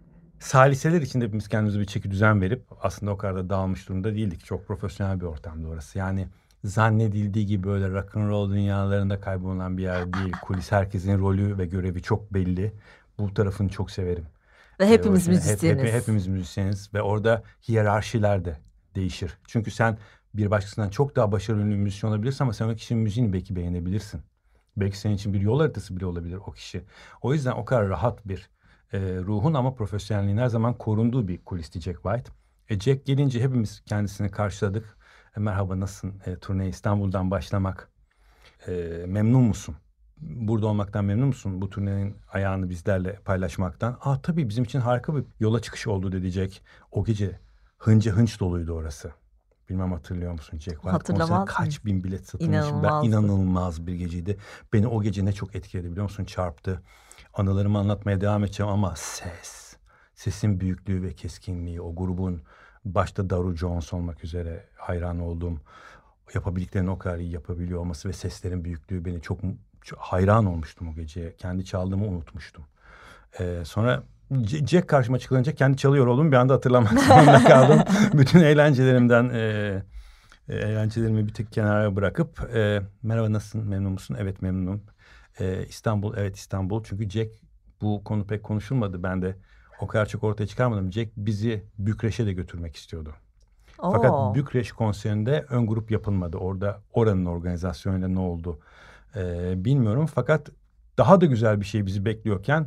saliseler içinde hepimiz kendimize bir çeki düzen verip aslında o kadar da dağılmış durumda değildik. Çok profesyonel bir ortamdı orası. Yani zannedildiği gibi böyle rock and roll dünyalarında kaybolan bir yer değil. Kulis herkesin rolü ve görevi çok belli. Bu tarafını çok severim. Ve hepimiz Ee, müzisyeniz. Hep, hep, hepimiz müzisyeniz ve orada hiyerarşiler de değişir. Çünkü sen bir başkasından çok daha başarılı bir müzisyen olabilirsin ama sen o kişinin müziğini belki beğenebilirsin. Belki senin için bir yol haritası bile olabilir o kişi. O yüzden o kadar rahat bir e, ruhun ama profesyonelliğin her zaman korunduğu bir kulisti Jack White. E, Jack gelince hepimiz kendisini karşıladık. E, merhaba nasılsın? E, turne İstanbul'dan başlamak. E, memnun musun? Burada olmaktan memnun musun? Bu turnenin ayağını bizlerle paylaşmaktan. Aa tabii bizim için harika bir yola çıkış oldu dedi Jack. O gece hınca hınç doluydu orası. Bilmem hatırlıyor musun Jack White konserine kaç bin bilet satılmış. Ben inanılmaz bir geceydi. Beni o gece ne çok etkiledi biliyor musun? Çarptı. Anılarımı anlatmaya devam edeceğim ama ses, sesin büyüklüğü ve keskinliği, o grubun başta Daru Jones olmak üzere hayran olduğum, yapabildiklerini o kadar iyi yapabiliyor olması ve seslerin büyüklüğü beni çok, çok hayran olmuştum o geceye. Kendi çaldığımı unutmuştum. Ee, sonra Jack karşıma çıkınca kendi çalıyor olduğumu bir anda hatırlamak zorunda kaldım. Bütün eğlencelerimden e, e, eğlencelerimi bir tek kenara bırakıp e, merhaba nasılsın, memnun musun? Evet memnunum. E, İstanbul, evet İstanbul. Çünkü Jack bu konu pek konuşulmadı. Ben de o kadar çok ortaya çıkarmadım. Jack bizi Bükreş'e de götürmek istiyordu. Oo. Fakat Bükreş konserinde ön grup yapılmadı. Orada oranın organizasyonuyla ne oldu e, bilmiyorum. Fakat daha da güzel bir şey bizi bekliyorken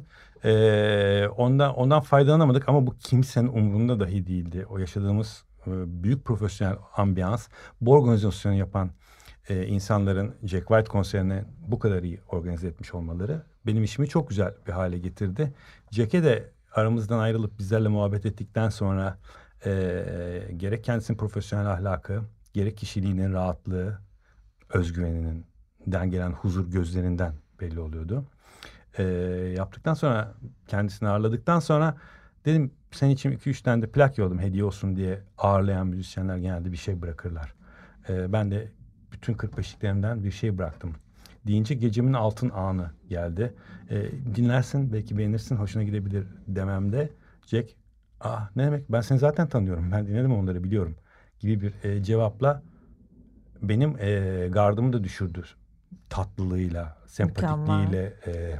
e, ondan ondan faydalanamadık ama bu kimsenin umurunda dahi değildi. O yaşadığımız e, büyük profesyonel ambiyans, bu organizasyonu yapan e, insanların Jack White konserini bu kadar iyi organize etmiş olmaları benim işimi çok güzel bir hale getirdi. Jack'e de aramızdan ayrılıp bizlerle muhabbet ettikten sonra e, gerek kendisinin profesyonel ahlakı, gerek kişiliğinin rahatlığı, özgüveninden gelen huzur gözlerinden belli oluyordu. E, yaptıktan sonra, kendisini ağırladıktan sonra dedim senin için iki üç tane de plak yolladım hediye olsun diye. Ağırlayan müzisyenler genelde bir şey bırakırlar. E, ben de bütün kırk beşliklerimden bir şey bıraktım. Deyince gecemin altın anı geldi. E, dinlersin, belki beğenirsin, hoşuna gidebilir dememde Jack, ah ne demek, ben seni zaten tanıyorum, ben dinledim onları biliyorum gibi bir e, cevapla benim e, gardımı da düşürdü. Tatlılığıyla, sempatikliğiyle, e,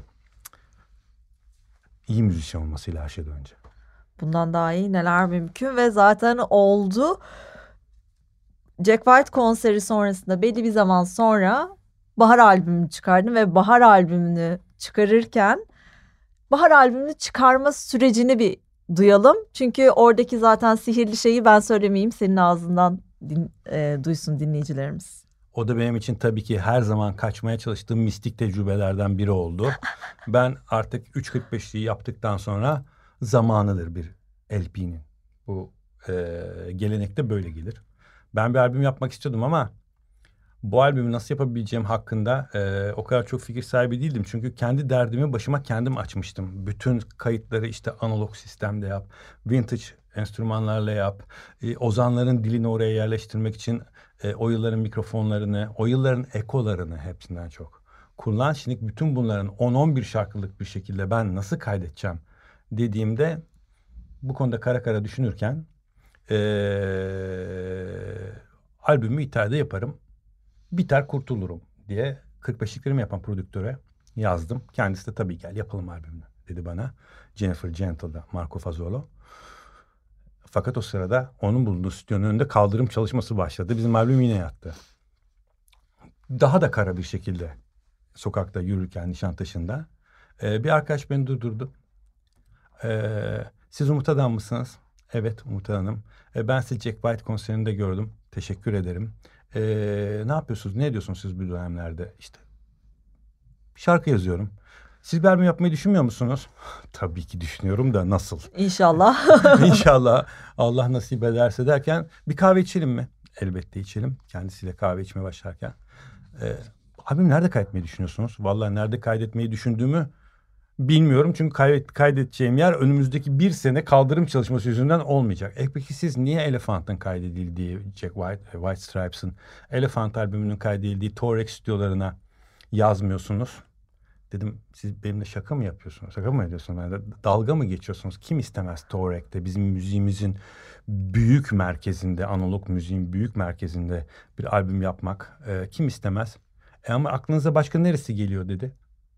iyi müzisyen olmasıyla her şeyden önce. Bundan daha iyi neler mümkün ve zaten oldu. Jack White konseri sonrasında belli bir zaman sonra Bahar albümünü çıkardım ve Bahar albümünü çıkarırken Bahar albümünü çıkarma sürecini bir duyalım. Çünkü oradaki zaten sihirli şeyi ben söylemeyeyim, senin ağzından din, e, duysun dinleyicilerimiz. O da benim için tabii ki her zaman kaçmaya çalıştığım mistik tecrübelerden biri oldu. Ben artık üç kırk beşliği yaptıktan sonra zamanıdır bir L P'nin. Bu e, gelenekte böyle gelir. Ben bir albüm yapmak istiyordum ama bu albümü nasıl yapabileceğim hakkında e, o kadar çok fikir sahibi değildim. Çünkü kendi derdimi başıma kendim açmıştım. Bütün kayıtları işte analog sistemde yap, vintage enstrümanlarla yap, e, ozanların dilini oraya yerleştirmek için e, o yılların mikrofonlarını, o yılların ekolarını hepsinden çok kullan. Şimdi bütün bunların on on bir şarkılık bir şekilde ben nasıl kaydedeceğim dediğimde bu konuda kara kara düşünürken e, albümü İtalya'da yaparım, biter kurtulurum diye kırk beşliklerimi yapan prodüktöre yazdım. Kendisi de tabii gel yapalım albümünü dedi bana. Jennifer Gentle'da Marco Fazzolo. Fakat o sırada onun bulunduğu stüdyonun önünde kaldırım çalışması başladı. Bizim albüm yine yattı. Daha da kara bir şekilde sokakta yürürken Nişantaşı'nda e, bir arkadaş beni durdurdu. E, siz Umut Adan mısınız? Evet Umut Adan'ım. E, ben sizi Jack White konserinde gördüm. Teşekkür ederim. E, ne yapıyorsunuz? Ne ediyorsunuz siz bu dönemlerde? İşte şarkı yazıyorum. Siz bir albüm yapmayı düşünmüyor musunuz? Tabii ki düşünüyorum da nasıl? İnşallah. İnşallah Allah nasip ederse derken bir kahve içelim mi? Elbette içelim. Kendisiyle kahve içmeye başlarken. Ee, albüm nerede kaydetmeyi düşünüyorsunuz? Vallahi nerede kaydetmeyi düşündüğümü bilmiyorum. Çünkü kaydet, kaydedeceğim yer önümüzdeki bir sene kaldırım çalışması yüzünden olmayacak. E peki siz niye Elephant'ın kaydedildiği, Jack White, White Stripes'ın Elephant albümünün kaydedildiği Torex stüdyolarına yazmıyorsunuz? Dedim siz benimle şaka mı yapıyorsunuz? Şaka mı ediyorsunuz? Yani dalga mı geçiyorsunuz? Kim istemez Touareg'de bizim müziğimizin büyük merkezinde, analog müziğin büyük merkezinde bir albüm yapmak? E, kim istemez? E ama aklınıza başka neresi geliyor dedi.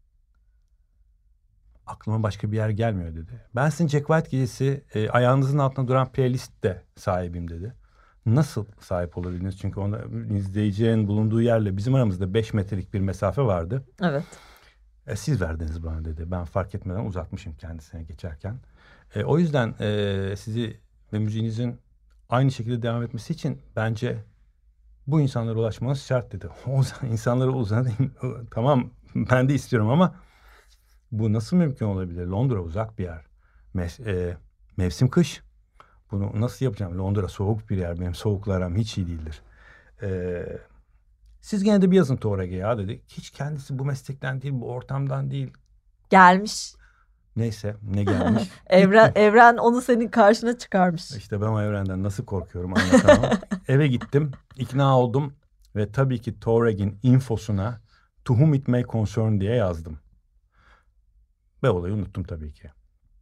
Aklıma başka bir yer gelmiyor dedi. Ben sizin Jack White gecesi e, ayağınızın altında duran playlistte sahibim dedi. Nasıl sahip olabildiniz? Çünkü ona izleyeceğin bulunduğu yerle bizim aramızda beş metrelik bir mesafe vardı. Evet. E, siz verdiniz bana dedi. Ben fark etmeden uzatmışım kendisine geçerken. E, o yüzden e, sizi ve müziğinizin aynı şekilde devam etmesi için bence bu insanlara ulaşmanız şart dedi. O insanlara uzanayım. Tamam ben de istiyorum ama bu nasıl mümkün olabilir? Londra uzak bir yer. Mes- e, mevsim kış. Bunu nasıl yapacağım? Londra soğuk bir yer. Benim soğukla aram hiç iyi değildir. Eee Siz gene de bir yazın Touareg'e ya dedi. Hiç kendisi bu meslekten değil, bu ortamdan değil. Gelmiş. Neyse ne gelmiş. Evren evren onu senin karşına çıkarmış. İşte ben o evrenden nasıl korkuyorum anlatamam. Eve gittim, ikna oldum ve tabii ki Touareg'in infosuna To Whom It May Concern diye yazdım. Ve olayı unuttum tabii ki.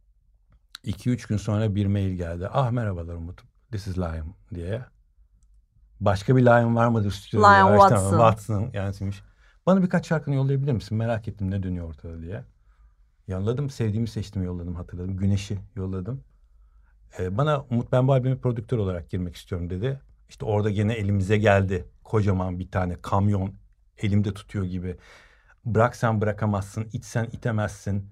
İki üç gün sonra bir mail geldi. Ah merhabalar Umut, this is Liam diye. Başka bir Liam var mıdır stüdyoda? Liam Watson. Watson yansımış. Bana birkaç şarkını yollayabilir misin? Merak ettim ne dönüyor ortada diye. Yolladım. Sevdiğimi seçtim yolladım hatırladım. Güneş'i yolladım. Ee, bana Umut ben bu albüme prodüktör olarak girmek istiyorum dedi. İşte orada gene elimize geldi. Kocaman bir tane kamyon elimde tutuyor gibi. Bıraksan bırakamazsın. İtsen itemezsin.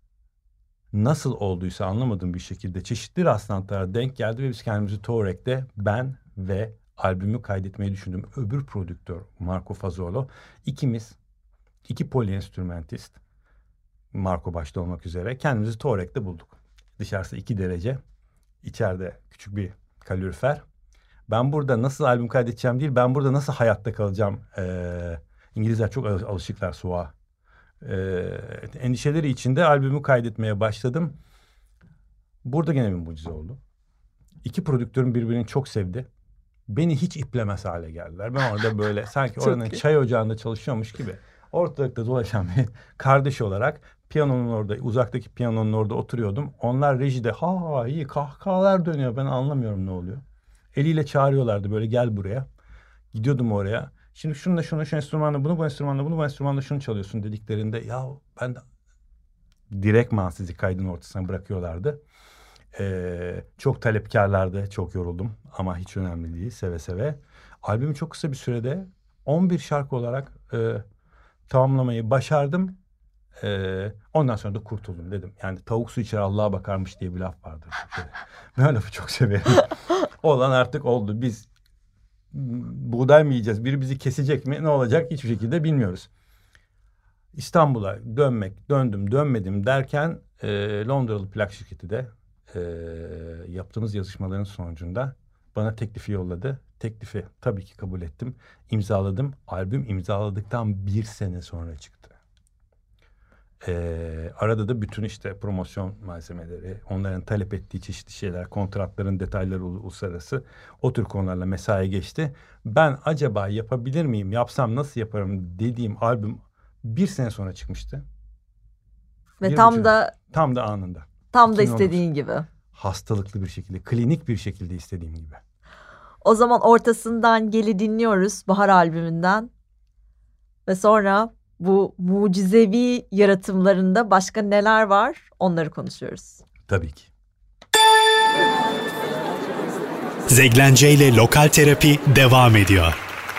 Nasıl olduysa anlamadığım bir şekilde çeşitli rastlantılara denk geldi ve biz kendimizi Touareg'de ben ve albümü kaydetmeyi düşündüm. Öbür prodüktör Marco Fazzolo. İkimiz, iki polyenstrümantist, Marco başta olmak üzere kendimizi Touareg'de bulduk. Dışarısı iki derece, içeride küçük bir kalorifer. Ben burada nasıl albüm kaydedeceğim değil, ben burada nasıl hayatta kalacağım. Ee, İngilizler çok alışıklar soğuğa. Ee, endişeleri içinde albümü kaydetmeye başladım. Burada gene bir mucize oldu. İki prodüktörüm birbirini çok sevdi. Beni hiç iplemez hale geldiler. Ben orada böyle sanki oranın iyi. çay ocağında çalışıyormuş gibi ortalıkta dolaşan bir kardeş olarak piyanonun orada, uzaktaki piyanonun orada oturuyordum. Onlar rejide ha ha iyi kahkahalar dönüyor. Ben anlamıyorum ne oluyor. Eliyle çağırıyorlardı böyle gel buraya. Gidiyordum oraya. Şimdi şununla şunu şu enstrümanla bunu bu enstrümanla bunu bu enstrümanla şunu çalıyorsun dediklerinde ya ben de direktman sizi kaydın ortasına bırakıyorlardı. Ee, çok talepkarlardı. Çok yoruldum ama hiç önemli değil. Seve seve. Albümü çok kısa bir sürede on bir şarkı olarak e, tamamlamayı başardım. E, ondan sonra da kurtuldum dedim. Yani tavuk su içer Allah'a bakarmış diye bir laf vardır. Ben o lafı çok severim. Olan artık oldu. Biz buğday mı yiyeceğiz? Biri bizi kesecek mi? Ne olacak? Hiçbir şekilde bilmiyoruz. İstanbul'a dönmek, döndüm, dönmedim derken e, Londralı plak şirketi de e, yaptığımız yazışmaların sonucunda bana teklifi yolladı. Teklifi tabii ki kabul ettim. İmzaladım. Albüm imzaladıktan bir sene sonra çıktı. E, arada da bütün işte promosyon malzemeleri, onların talep ettiği çeşitli şeyler, kontratların detayları uluslararası o tür konularla mesai geçti. Ben acaba yapabilir miyim, yapsam nasıl yaparım dediğim albüm bir sene sonra çıkmıştı. Ve Bir tam buçuk, da tam da anında. tam da iki bin on dokuz. istediğin gibi. Hastalıklı bir şekilde, klinik bir şekilde istediğim gibi. O zaman ortasından Gel'i dinliyoruz Bahar albümünden. Ve sonra bu mucizevi yaratımlarında başka neler var onları konuşuyoruz. Tabii ki. Zeglence ile Lokal Terapi devam ediyor.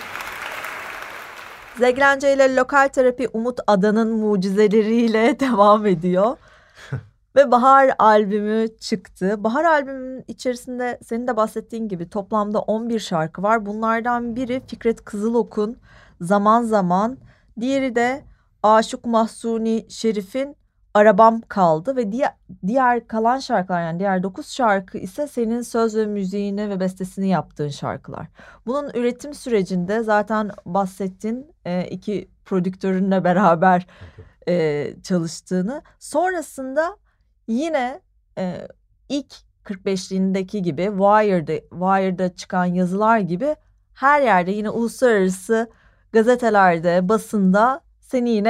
Zeglence ile Lokal Terapi Umut Adan'ın mucizeleriyle devam ediyor. Ve Bahar albümü çıktı. Bahar albümünün içerisinde senin de bahsettiğin gibi toplamda on bir şarkı var. Bunlardan biri Fikret Kızılok'un Zaman Zaman, diğeri de Aşık Mahsuni Şerif'in Arabam Kaldı ve diğer, diğer kalan şarkılar, yani diğer dokuz şarkı ise senin söz ve müziğini ve bestesini yaptığın şarkılar. Bunun üretim sürecinde zaten bahsettin e, iki prodüktörünle beraber e, çalıştığını. Sonrasında yine e, ilk kırk beşliğindeki gibi Wired'da, Wired'da çıkan yazılar gibi her yerde yine uluslararası gazetelerde, basında seni yine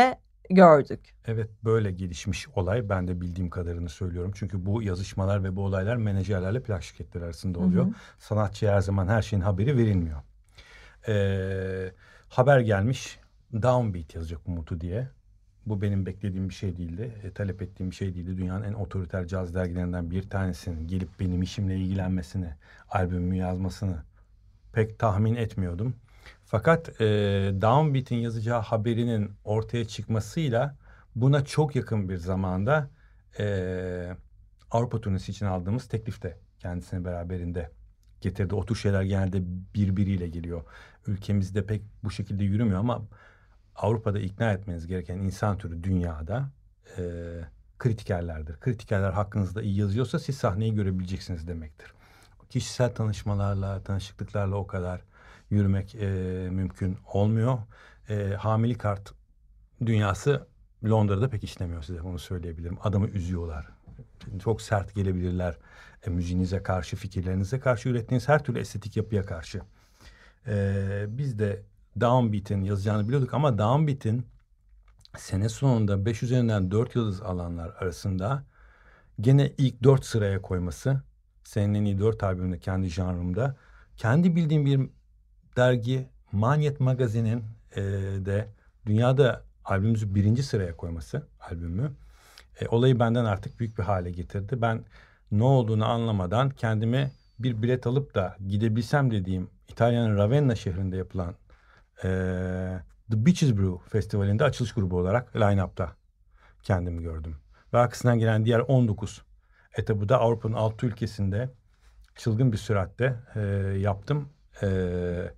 gördük. Evet, böyle gelişmiş olay. Ben de bildiğim kadarını söylüyorum. Çünkü bu yazışmalar ve bu olaylar menajerlerle plak şirketleri arasında oluyor. Hı hı. Sanatçıya her zaman her şeyin haberi verilmiyor. Ee, haber gelmiş, Downbeat yazacak Umut'u diye. Bu benim beklediğim bir şey değildi. E, talep ettiğim bir şey değildi. Dünyanın en otoriter caz dergilerinden bir tanesinin gelip benim işimle ilgilenmesini, albümümü yazmasını pek tahmin etmiyordum. Fakat e, Downbeat'in yazacağı haberinin ortaya çıkmasıyla buna çok yakın bir zamanda e, Avrupa turnesi için aldığımız teklif de kendisini beraberinde getirdi. O tür şeyler genelde birbiriyle geliyor. Ülkemizde pek bu şekilde yürümüyor ama Avrupa'da ikna etmeniz gereken insan türü dünyada e, kritikerlerdir. Kritikerler hakkınızda iyi yazıyorsa siz sahneyi görebileceksiniz demektir. Kişisel tanışmalarla, tanışıklıklarla o kadar yürümek e, mümkün olmuyor. E, hamilik kart dünyası Londra'da pek işlemiyor, size onu söyleyebilirim. Adamı üzüyorlar. Çok sert gelebilirler. E, müziğinize karşı, fikirlerinize karşı, ürettiğiniz her türlü estetik yapıya karşı. E, biz de Downbeat'in yazacağını biliyorduk ama Downbeat'in sene sonunda beş üzerinden dört yıldız alanlar arasında gene ilk dört sıraya koyması, senenin en iyi dört albümünde kendi janrımda, kendi bildiğim bir dergi Manyet Magazin'in e, de dünyada albümümüzü birinci sıraya koyması, albümü e, olayı benden artık büyük bir hale getirdi. Ben ne olduğunu anlamadan kendime bir bilet alıp da gidebilsem dediğim İtalya'nın Ravenna şehrinde yapılan e, The Beaches Brew Festivali'nde açılış grubu olarak line-up'ta kendimi gördüm. Ve arkasından gelen diğer on dokuz etabı da Avrupa'nın altı ülkesinde çılgın bir süratle e, yaptım. E,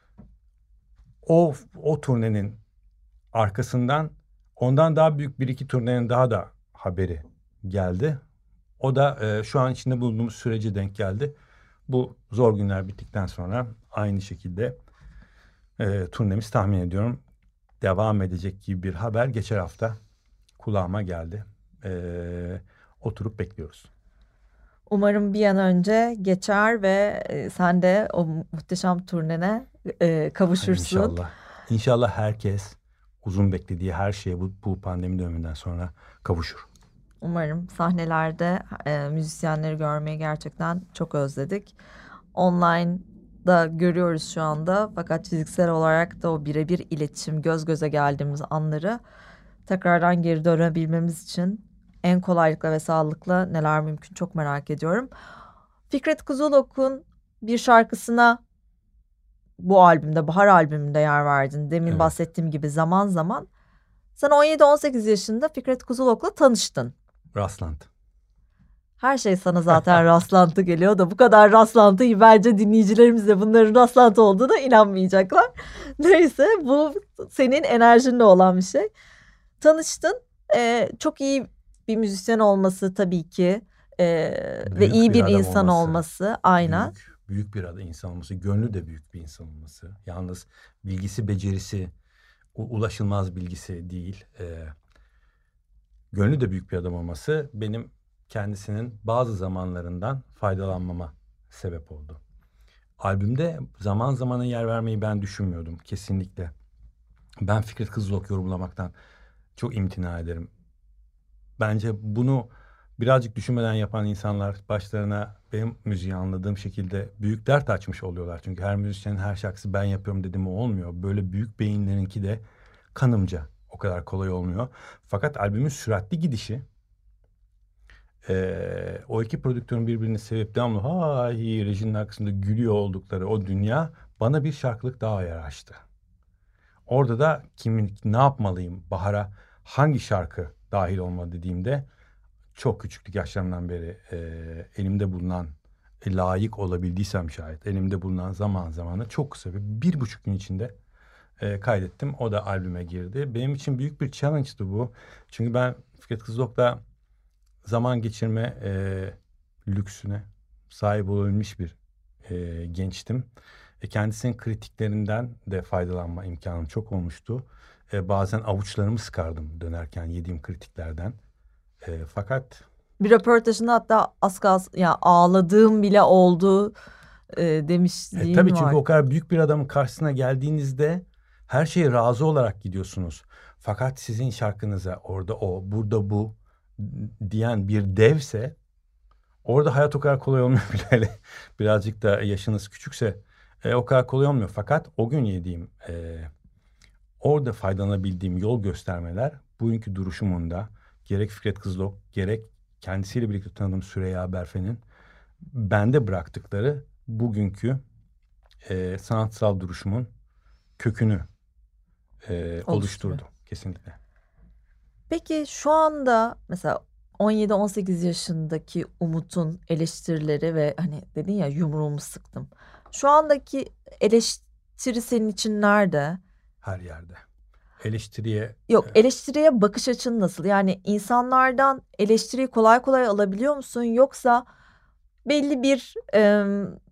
o o turnenin arkasından ondan daha büyük bir iki turnenin daha da haberi geldi. O da e, şu an içinde bulunduğumuz sürece denk geldi. Bu zor günler bittikten sonra aynı şekilde e, turnemiz tahmin ediyorum devam edecek gibi bir haber geçen hafta kulağıma geldi. E, oturup bekliyoruz. Umarım bir an önce geçer ve e, sen de o muhteşem turnene e, kavuşursun. İnşallah. İnşallah herkes uzun beklediği her şeye bu, bu pandemi döneminden sonra kavuşur. Umarım sahnelerde e, müzisyenleri görmeyi gerçekten çok özledik. Online'da görüyoruz şu anda fakat fiziksel olarak da o birebir iletişim, göz göze geldiğimiz anları tekrardan geri dönebilmemiz için en kolaylıkla ve sağlıkla neler mümkün çok merak ediyorum. Fikret Kuzulok'un bir şarkısına bu albümde, Bahar albümünde yer verdin. Demin evet. bahsettiğim gibi zaman zaman. Sen on yedi on sekiz yaşında Fikret Kuzulok'la tanıştın. Rastlantı. Her şey sana zaten rastlantı geliyor da bu kadar rastlantıyı bence dinleyicilerimiz de bunların rastlantı olduğuna inanmayacaklar. Neyse bu senin enerjinle olan bir şey. Tanıştın. Ee, çok iyi bir müzisyen olması tabii ki ee, ve iyi bir, bir insan olması. olması. Aynen. Büyük, büyük bir adam insan olması. Gönlü de büyük bir insan olması. Yalnız bilgisi, becerisi, ulaşılmaz bilgisi değil. Ee, gönlü de büyük bir adam olması benim kendisinin bazı zamanlarından faydalanmama sebep oldu. Albümde zaman zamana yer vermeyi ben düşünmüyordum kesinlikle. Ben Fikret Kuzulok yorumlamaktan çok imtina ederim. Bence bunu birazcık düşünmeden yapan insanlar başlarına benim müziği anladığım şekilde büyük dert açmış oluyorlar. Çünkü her müzisyenin her şarkısı ben yapıyorum dediğim olmuyor. Böyle büyük beyinlerinki de kanımca o kadar kolay olmuyor. Fakat albümün süratli gidişi, Ee, o iki prodüktörün birbirini sevip devamlı ha iyi rejinin arkasında gülüyor oldukları o dünya bana bir şarkılık daha yer açtı. Orada da kimin ne yapmalıyım, Bahar'a hangi şarkı dahil olmalı dediğimde çok küçüklük yaşlarımdan beri e, elimde bulunan e, layık olabildiysem şayet elimde bulunan zaman zamanı çok kısa bir, bir buçuk gün içinde e, kaydettim. O da albüme girdi. Benim için büyük bir challenge'dı bu. Çünkü ben Fikret Kuzulok'la zaman geçirme e, lüksüne sahip olabilmiş bir e, gençtim. E, kendisinin kritiklerinden de faydalanma imkanım çok olmuştu. E, bazen avuçlarımı sıkardım dönerken yediğim kritiklerden. E, fakat bir röportajında hatta az kalsın ya ağladığım bile oldu e, demişliğin e, tabii var. Çünkü o kadar büyük bir adamın karşısına geldiğinizde her şeye razı olarak gidiyorsunuz. Fakat sizin şarkınıza orada o, burada bu diyen bir devse orada hayat o kadar kolay olmuyor bile. Birazcık da yaşınız küçükse e, o kadar kolay olmuyor. Fakat o gün yediğim, e, orada faydalanabildiğim yol göstermeler bugünkü duruşumunda gerek Fikret Kızılok gerek kendisiyle birlikte tanıdığım Süreyya Berfe'nin bende bıraktıkları bugünkü e, sanatsal duruşumun kökünü e, oluşturdu kesinlikle. Peki şu anda mesela on yedi on sekiz yaşındaki Umut'un eleştirileri ve hani dedin ya yumruğumu sıktım. Şu andaki eleştiri senin için nerede? Her yerde. Eleştiriye... Yok, eleştiriye bakış açın nasıl? Yani insanlardan eleştiriyi kolay kolay alabiliyor musun? Yoksa belli bir e,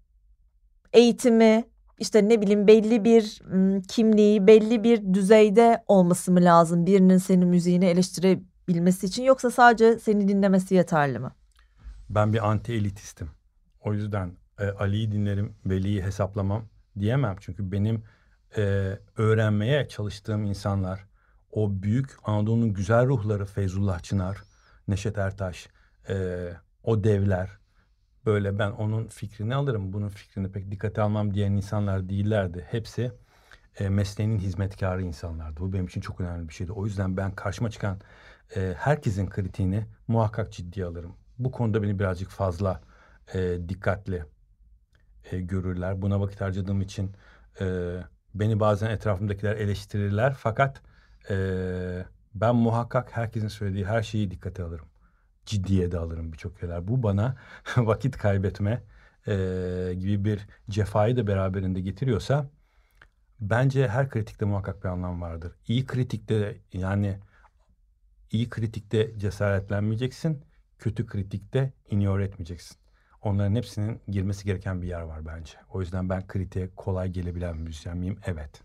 eğitimi, işte ne bileyim belli bir m, kimliği, belli bir düzeyde olması mı lazım birinin senin müziğini eleştirebilmesi için? Yoksa sadece seni dinlemesi yeterli mi? Ben bir anti elitistim. O yüzden e, Ali'yi dinlerim, Veli'yi hesaplamam diyemem. Çünkü benim e, öğrenmeye çalıştığım insanlar, o büyük Anadolu'nun güzel ruhları Feyzullah Çınar, Neşet Ertaş, e, o devler, böyle ben onun fikrini alırım, bunun fikrini pek dikkate almam diyen insanlar değillerdi. Hepsi e, mesleğinin hizmetkarı insanlardı. Bu benim için çok önemli bir şeydi. O yüzden ben karşıma çıkan e, herkesin kritiğini muhakkak ciddiye alırım. Bu konuda beni birazcık fazla e, dikkatli e, görürler. Buna vakit harcadığım için e, beni bazen etrafımdakiler eleştirirler. Fakat e, ben muhakkak herkesin söylediği her şeyi dikkate alırım. Ciddiye de alırım birçok şeyler. Bu bana vakit kaybetme e, gibi bir cefayı da beraberinde getiriyorsa bence her kritikte muhakkak bir anlam vardır. İyi kritikte yani iyi kritikte cesaretlenmeyeceksin. Kötü kritikte ignore etmeyeceksin. Onların hepsinin girmesi gereken bir yer var bence. O yüzden ben kritiğe kolay gelebilen bir müzisyen miyim? Evet.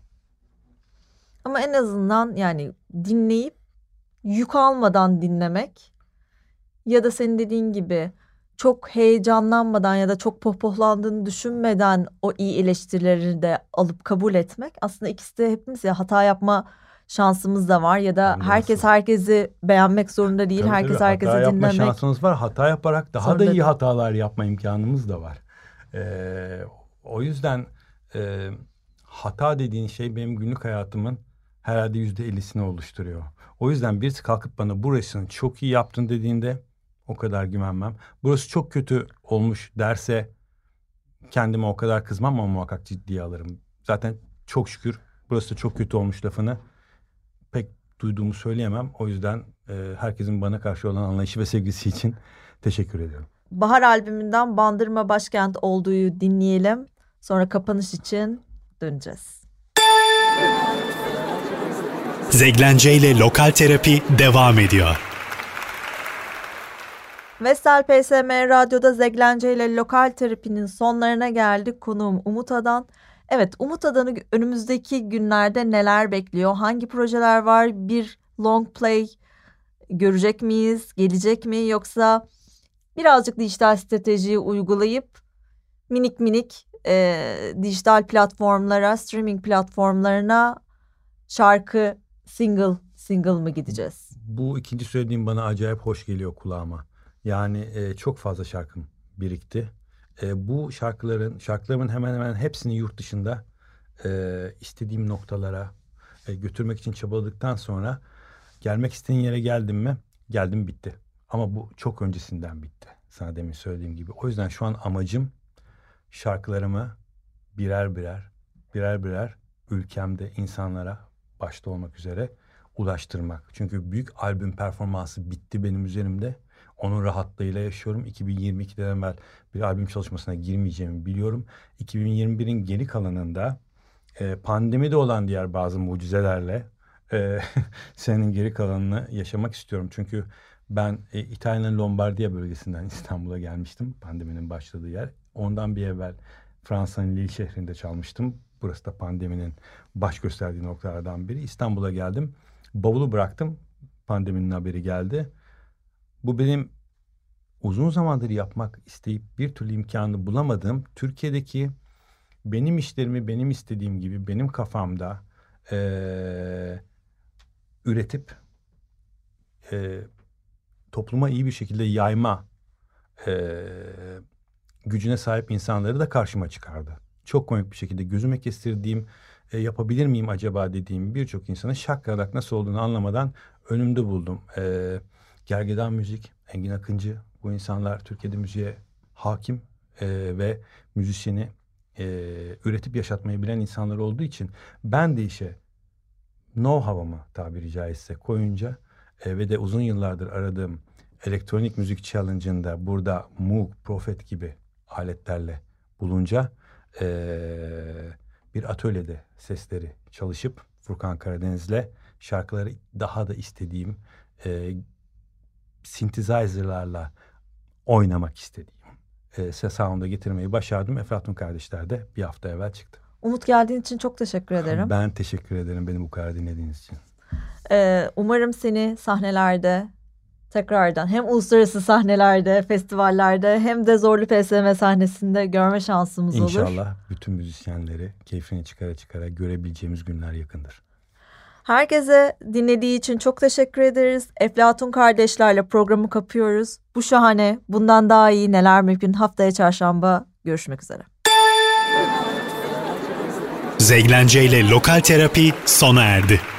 Ama en azından yani dinleyip yük almadan dinlemek ya da senin dediğin gibi çok heyecanlanmadan ya da çok pohpohlandığını düşünmeden o iyi eleştirileri de alıp kabul etmek. Aslında ikisi de hepimiz ya hata yapma şansımız da var ya da Anlarsın. herkes herkesi beğenmek zorunda değil. Tabii, herkes tabii. herkesi hata yapma dinlemek. şansınız var. Hata yaparak daha Sonra da iyi değil. hatalar yapma imkanımız da var. Ee, o yüzden e, hata dediğin şey benim günlük hayatımın herhalde yüzde ellisini oluşturuyor. O yüzden birisi kalkıp bana burasını çok iyi yaptın dediğinde o kadar güvenmem. Burası çok kötü olmuş derse kendime o kadar kızmam ama muhakkak ciddiye alırım. Zaten çok şükür burası da çok kötü olmuş lafını pek duyduğumu söyleyemem. O yüzden e, herkesin bana karşı olan anlayışı ve sevgisi için teşekkür ediyorum. Bahar albümünden Bandırma Başkent Olduğu'yu dinleyelim. Sonra kapanış için döneceğiz. Zeglence ile Lokal Terapi devam ediyor. Vestel P S M Radyo'da Zeglence ile Lokal Terapi'nin sonlarına geldik. Konuğum Umut Adan. Evet, Umut Adan'ı önümüzdeki günlerde neler bekliyor? Hangi projeler var? Bir long play görecek miyiz? Gelecek mi? Yoksa birazcık dijital stratejiyi uygulayıp minik minik e, dijital platformlara, streaming platformlarına şarkı single single mı gideceğiz? Bu ikinci söylediğim bana acayip hoş geliyor kulağıma. Yani e, çok fazla şarkım birikti. E, bu şarkıların, şarkılarımın hemen hemen hepsini yurt dışında e, istediğim noktalara e, götürmek için çabaladıktan sonra gelmek istediğin yere geldim mi? Geldim, bitti. Ama bu çok öncesinden bitti. Sana demin söylediğim gibi. O yüzden şu an amacım şarkılarımı birer birer, birer birer ülkemde insanlara başta olmak üzere ulaştırmak. Çünkü büyük albüm performansı bitti benim üzerimde. Onun rahatlığıyla yaşıyorum. iki bin yirmi ikiden evvel bir albüm çalışmasına girmeyeceğimi biliyorum. iki bin yirmi birin geri kalanında e, pandemide olan diğer bazı mucizelerle e, senin geri kalanını yaşamak istiyorum. Çünkü ben e, İtalya'nın Lombardiya bölgesinden İstanbul'a gelmiştim. Pandeminin başladığı yer. Ondan bir evvel Fransa'nın Lille şehrinde çalmıştım. Burası da pandeminin baş gösterdiği noktalardan biri. İstanbul'a geldim. Bavulu bıraktım. Pandeminin haberi geldi. Bu benim uzun zamandır yapmak isteyip bir türlü imkanı bulamadığım, Türkiye'deki benim işlerimi benim istediğim gibi benim kafamda ee, üretip e, topluma iyi bir şekilde yayma e, gücüne sahip insanları da karşıma çıkardı. Çok komik bir şekilde gözüme kestirdiğim, e, yapabilir miyim acaba dediğim birçok insanın şakkalarak nasıl olduğunu anlamadan önümde buldum. E, Gergedan Müzik, Engin Akıncı, bu insanlar Türkiye'de müziğe hakim e, ve müzisyeni e, üretip yaşatmayı bilen insanlar olduğu için ben de işe know-how'ımı tabiri caizse koyunca e, ve de uzun yıllardır aradığım elektronik müzik challenge'ında burada Moog, Prophet gibi aletlerle bulunca e, bir atölyede sesleri çalışıp Furkan Karadeniz'le şarkıları daha da istediğim e, synthesizer'larla oynamak istediğim e, ses sound'a getirmeyi başardım. Eflatun Kardeşler de bir hafta evvel çıktı. Umut, geldiğin için çok teşekkür ederim. Ben teşekkür ederim beni bu kadar dinlediğiniz için. Ee, umarım seni sahnelerde tekrardan hem uluslararası sahnelerde, festivallerde hem de Zorlu P S M sahnesinde görme şansımız olur. İnşallah bütün müzisyenleri keyfini çıkara çıkara görebileceğimiz günler yakındır. Herkese dinlediği için çok teşekkür ederiz. Eflatun Kardeşlerle programı kapıyoruz. Bu şahane, bundan daha iyi neler mümkün. Haftaya çarşamba görüşmek üzere. Zeglence ile Lokal Terapi sona erdi.